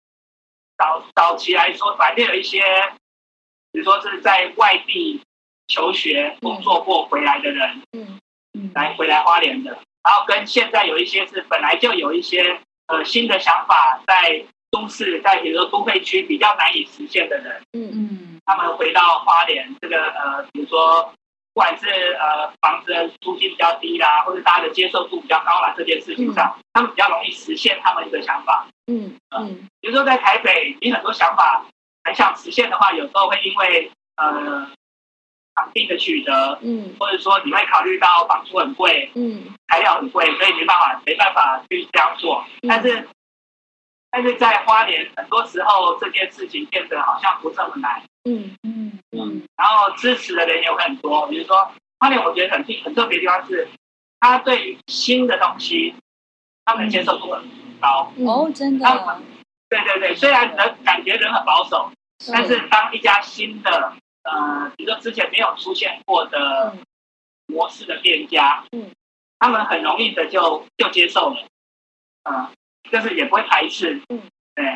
早早期来说，反正有一些，比如说是在外地求学、工作过回来的人，嗯嗯，来回来花莲的，然后跟现在有一些是本来就有一些呃新的想法在都市，在比如说都会区比较难以实现的人，嗯嗯，他们回到花莲这个呃，比如说不管是呃房子的租金比较低啦，或者大家的接受度比较高啦，这件事情上，嗯、他们比较容易实现他们的想法，嗯嗯、呃，比如说在台北，你很多想法很想实现的话，有时候会因为呃场地的取得，嗯，或者说你会考虑到房租很贵，嗯，材料很贵，所以没办法没办法去这样做，嗯、但是。但是在花莲，很多时候这件事情变得好像不这么难。嗯嗯嗯。然后支持的人有很多，比如说花莲，我觉得很很特别的地方是，他对于新的东西，他们的接受度很高。 哦，真的。 对对对，虽然人感觉人很保守，但是当一家新的呃，比如说之前没有出现过的模式的店家，嗯，他们很容易的就就接受了，嗯、呃。就是也不会排斥，嗯，对，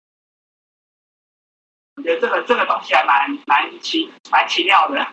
我觉得这个这个东西还蛮蛮奇蛮奇妙的。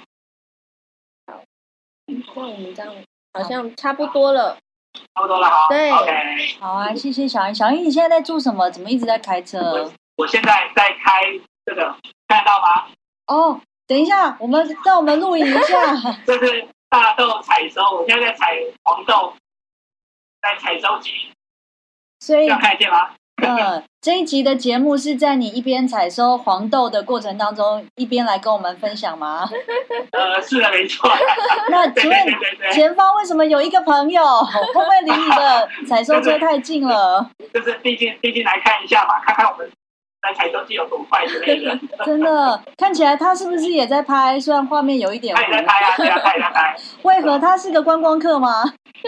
嗯，那我们这样好像差不多了， 差不多了哈。 对 ，OK， 好啊，谢谢小英。小英，你现在在做什么？怎么一直在开车？ 我, 我现在在开这个，看得到吗？ 哦，等一下，我们让我们录影一下。 这是大豆采收，我现在在采黄豆，在采收机。 所以， 要看见吗？ 嗯，这一集的节目是在你一边采收黄豆的过程当中，一边来跟我们分享吗？ 呃，是的，没错。 那请问前方为什么有一个朋友？会不会离你的采收车太近了？ 就是，毕竟毕竟来看一下嘛，看看我们在采收机有多快之类的。 真的，看起来他是不是也在拍？虽然画面有一点， 他也在拍啊，对啊，他也在拍。 为何他是个观光客吗？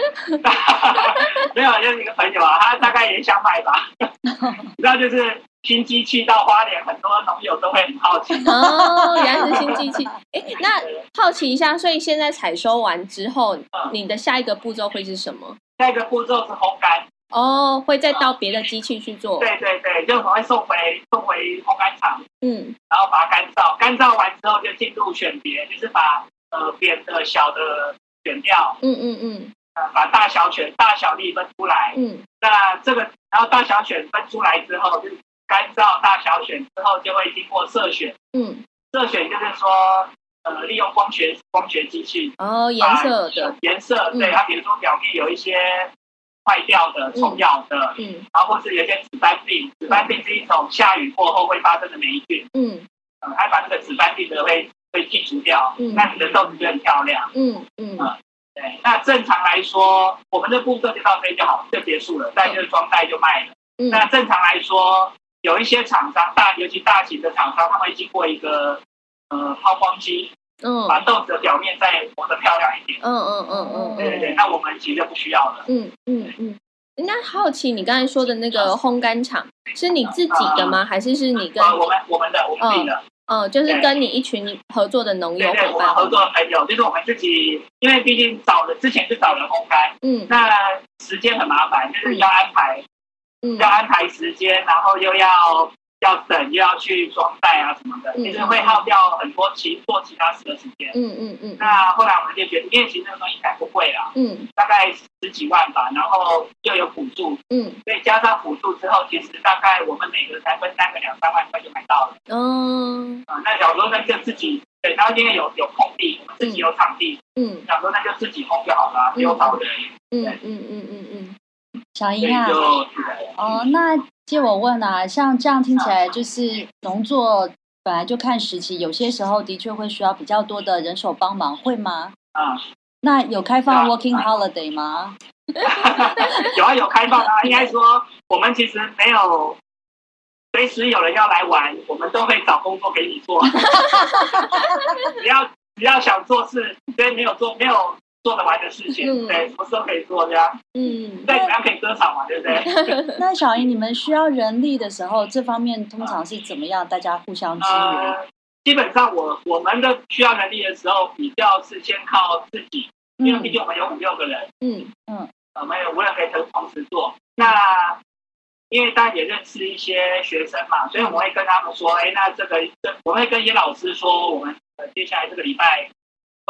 没有，就是一个朋友啊，他大概也想买吧。你知道，就是新机器到花莲，很多农友都会很好奇。 哦，原来是新机器。哎，那好奇一下，所以现在采收完之后，嗯、你的下一个步骤会是什么？ 下一个步骤是烘干。 哦，会再到别的机器去做。 对对对，就我们会送回送回烘干厂，嗯，然后把它干燥，干燥完之后就进入选别，就是把呃扁的、小的选掉，嗯嗯嗯，呃，把大小选大小粒分出来，嗯，那这个然后大小选分出来之后，就是干燥大小选之后就会经过色选，嗯，色选就是说呃利用光学光学机器哦颜色的颜色，对，它比如说表面有一些。坏掉的、虫咬的，嗯，然后或是有些紫斑病，紫斑病是一种下雨过后会发生的霉菌，嗯，呃，它把这个紫斑病的会会剔除掉，嗯，那你的豆子就很漂亮，嗯嗯，呃，对，那正常来说，我们的步骤就到这里就好，就结束了，再就是装袋就卖了。嗯、那正常来说，有一些厂商大，尤其大型的厂商，他会经过一个呃抛光机。嗯，把豆子的表面再磨得漂亮一点。嗯嗯嗯嗯，对对对，那我们其实就不需要了。嗯嗯嗯。那好奇你刚才说的那个烘干厂是你自己的吗？呃、还是是你跟、 呃、我们我们的我们自己的？ 哦、呃，就是跟你一群合作的农友伙伴。 对对，我们合作的朋友，就是我们自己，因为毕竟找了之前是找人烘干，嗯，那时间很麻烦，就是要安排，嗯，要安排时间，然后又要。要等又要去装袋啊什么的，其实会耗掉很多其做其他事的时间。嗯嗯嗯。那后来我们就觉得，因为其实那个东西才不贵啦，嗯，大概十几万吧，然后又有辅助，嗯，所以加上辅助之后，其实大概我们每个才分担个两三万块就买到了。嗯。啊，那假如说那就自己，对，然后因为有有空地，我们自己有场地，嗯，想说那就自己烘就好了，不用找人。嗯嗯嗯嗯嗯。小英啊，哦，那借我问啊，像这样听起来，就是农作本来就看时期，有些时候的确会需要比较多的人手帮忙，会吗？啊，那有开放 working holiday 吗？ 有啊，有开放啊。应该说，我们其实没有，随时有人要来玩，我们都会找工作给你做。只要只要想做事，所以没有做没有。做得完的事情，嗯、对，什么时候可以做这样？嗯，再怎么样可以割草嘛，对不对？ 那小英，你们需要人力的时候，这方面通常是怎么样？大家互相支援？呃、 基本上我，我我们的需要人力的时候，比较是先靠自己，嗯、因为毕竟我们有五六个人，嗯嗯，我们有五人可以同时做。那因为大家也认识一些学生嘛，所以我们会跟他们说，哎，那这个这我会跟一些老师说，我们呃接下来这个礼拜。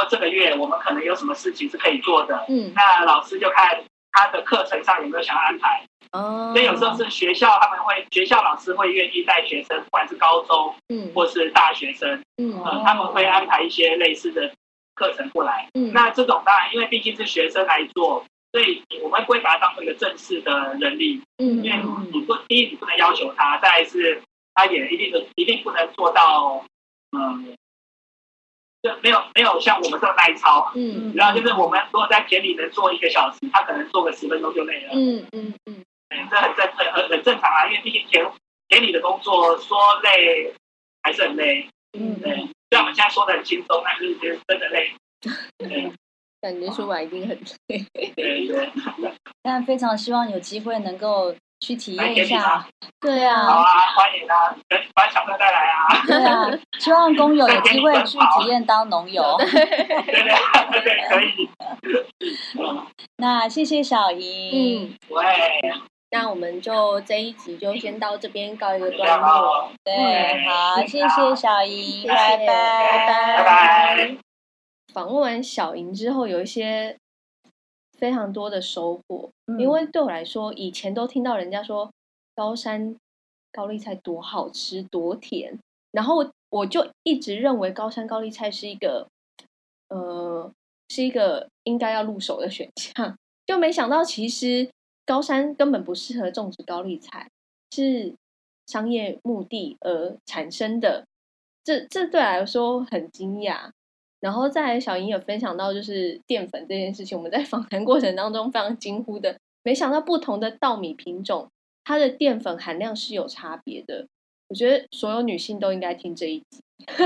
这个月我们可能有什么事情是可以做的，嗯，那老师就看他的课程上有没有想要安排。哦，所以有时候是学校他们会，学校老师会愿意带学生，不管是高中，嗯，或是大学生，嗯、呃，他们会安排一些类似的课程过来。嗯，那这种当然，因为毕竟是学生来做，所以我们不会把它当成一个正式的人力。嗯，因为你不，第一你不能要求他，再来是他也一定的一定不能做到，嗯。就没有没有像我们这么耐操，嗯，然后就是我们如果在田里能做一个小时，他可能做个十分钟就累了，嗯嗯嗯，对，这很正很很正常啊，因为毕竟田田里的工作说累还是很累，嗯，对，虽然我们现在说的很轻松，但是觉得真的累，对， 感觉出来一定很累， 对对， 但非常希望有机会能够去体验一下，对啊， 好啊，欢迎啊，把小朋友带来啊， 对啊，希望工友有机会去体验当农友， 对对对，可以。 那谢谢小莹， 嗯，喂， 那我们就这一集就先到这边告一个段落， 对，好，谢谢小莹，拜拜， 拜拜。 访问完小莹之后，有一些非常多的收获，嗯、因为对我来说，以前都听到人家说高山高丽菜多好吃多甜，然后我就一直认为高山高丽菜是一个呃是一个应该要入手的选项，就没想到其实高山根本不适合种植高丽菜，是商业目的而产生的，这这对我来说很惊讶。然后再来小莹有分享到就是淀粉这件事情，我们在访谈过程当中非常惊呼的，没想到不同的稻米品种它的淀粉含量是有差别的，我觉得所有女性都应该听这一集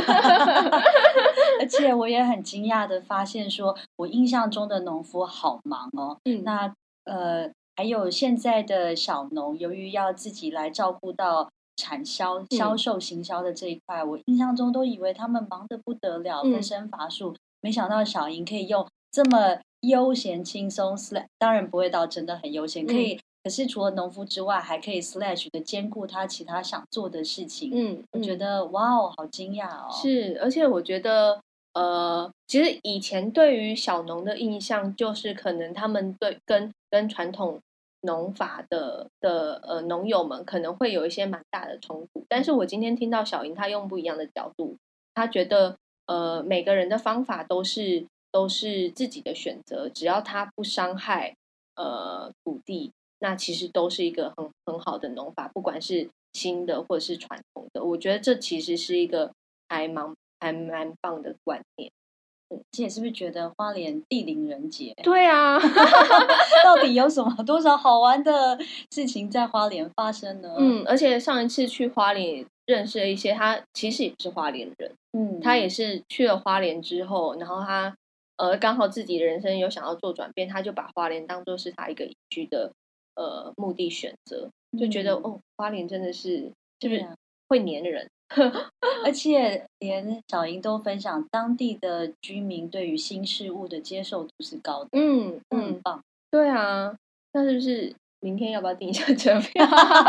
而且我也很惊讶的发现说我印象中的农夫好忙哦，嗯、那呃还有现在的小农由于要自己来照顾到产销、销售、行销的这一块，嗯、我印象中都以为他们忙得不得了，分身乏术。嗯、没想到小莹可以用这么悠闲轻松 ，slash 当然不会到真的很悠闲，可以。嗯、可是除了农夫之外，还可以 slash 的兼顾他其他想做的事情。嗯，我觉得哇哦，好惊讶哦！ 是，而且我觉得呃，其实以前对于小农的印象就是可能他们对跟跟传统农法的的呃农友们可能会有一些蛮大的冲突，但是我今天听到小莹她用不一样的角度，她觉得呃每个人的方法都是都是自己的选择，只要他不伤害呃土地，那其实都是一个很很好的农法，不管是新的或者是传统的，我觉得这其实是一个还蛮还蛮棒的观念。 姐是不是觉得花莲地灵人杰？ 对啊， 到底有什么多少好玩的事情在花莲发生呢？ 嗯，而且上一次去花莲认识了一些，他其实也是花莲人，嗯，他也是去了花莲之后，然后他呃刚好自己的人生有想要做转变，他就把花莲当作是他一个移居的呃目的选择，就觉得、嗯、哦，花莲真的是就是会黏人。 而且连小莹都分享，当地的居民对于新事物的接受度是高的，嗯嗯，很棒。 对啊，那是不是明天要不要订一下车票？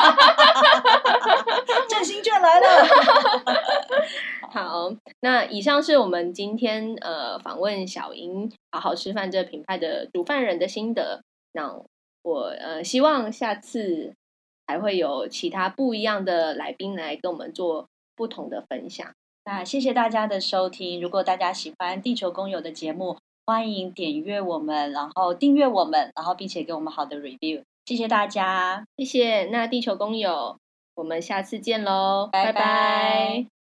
振兴券来了。 好，那以上是我们今天呃访问小莹好好吃饭这品牌的煮饭人的心得。那我呃希望下次还会有其他不一样的来宾来跟我们做不同的分享。 那谢谢大家的收听，如果大家喜欢地球公友的节目，欢迎点阅我们，然后订阅我们，然后并且给我们好的 review， 谢谢大家， 谢谢。那地球公友我们下次见咯， 拜拜。 拜拜。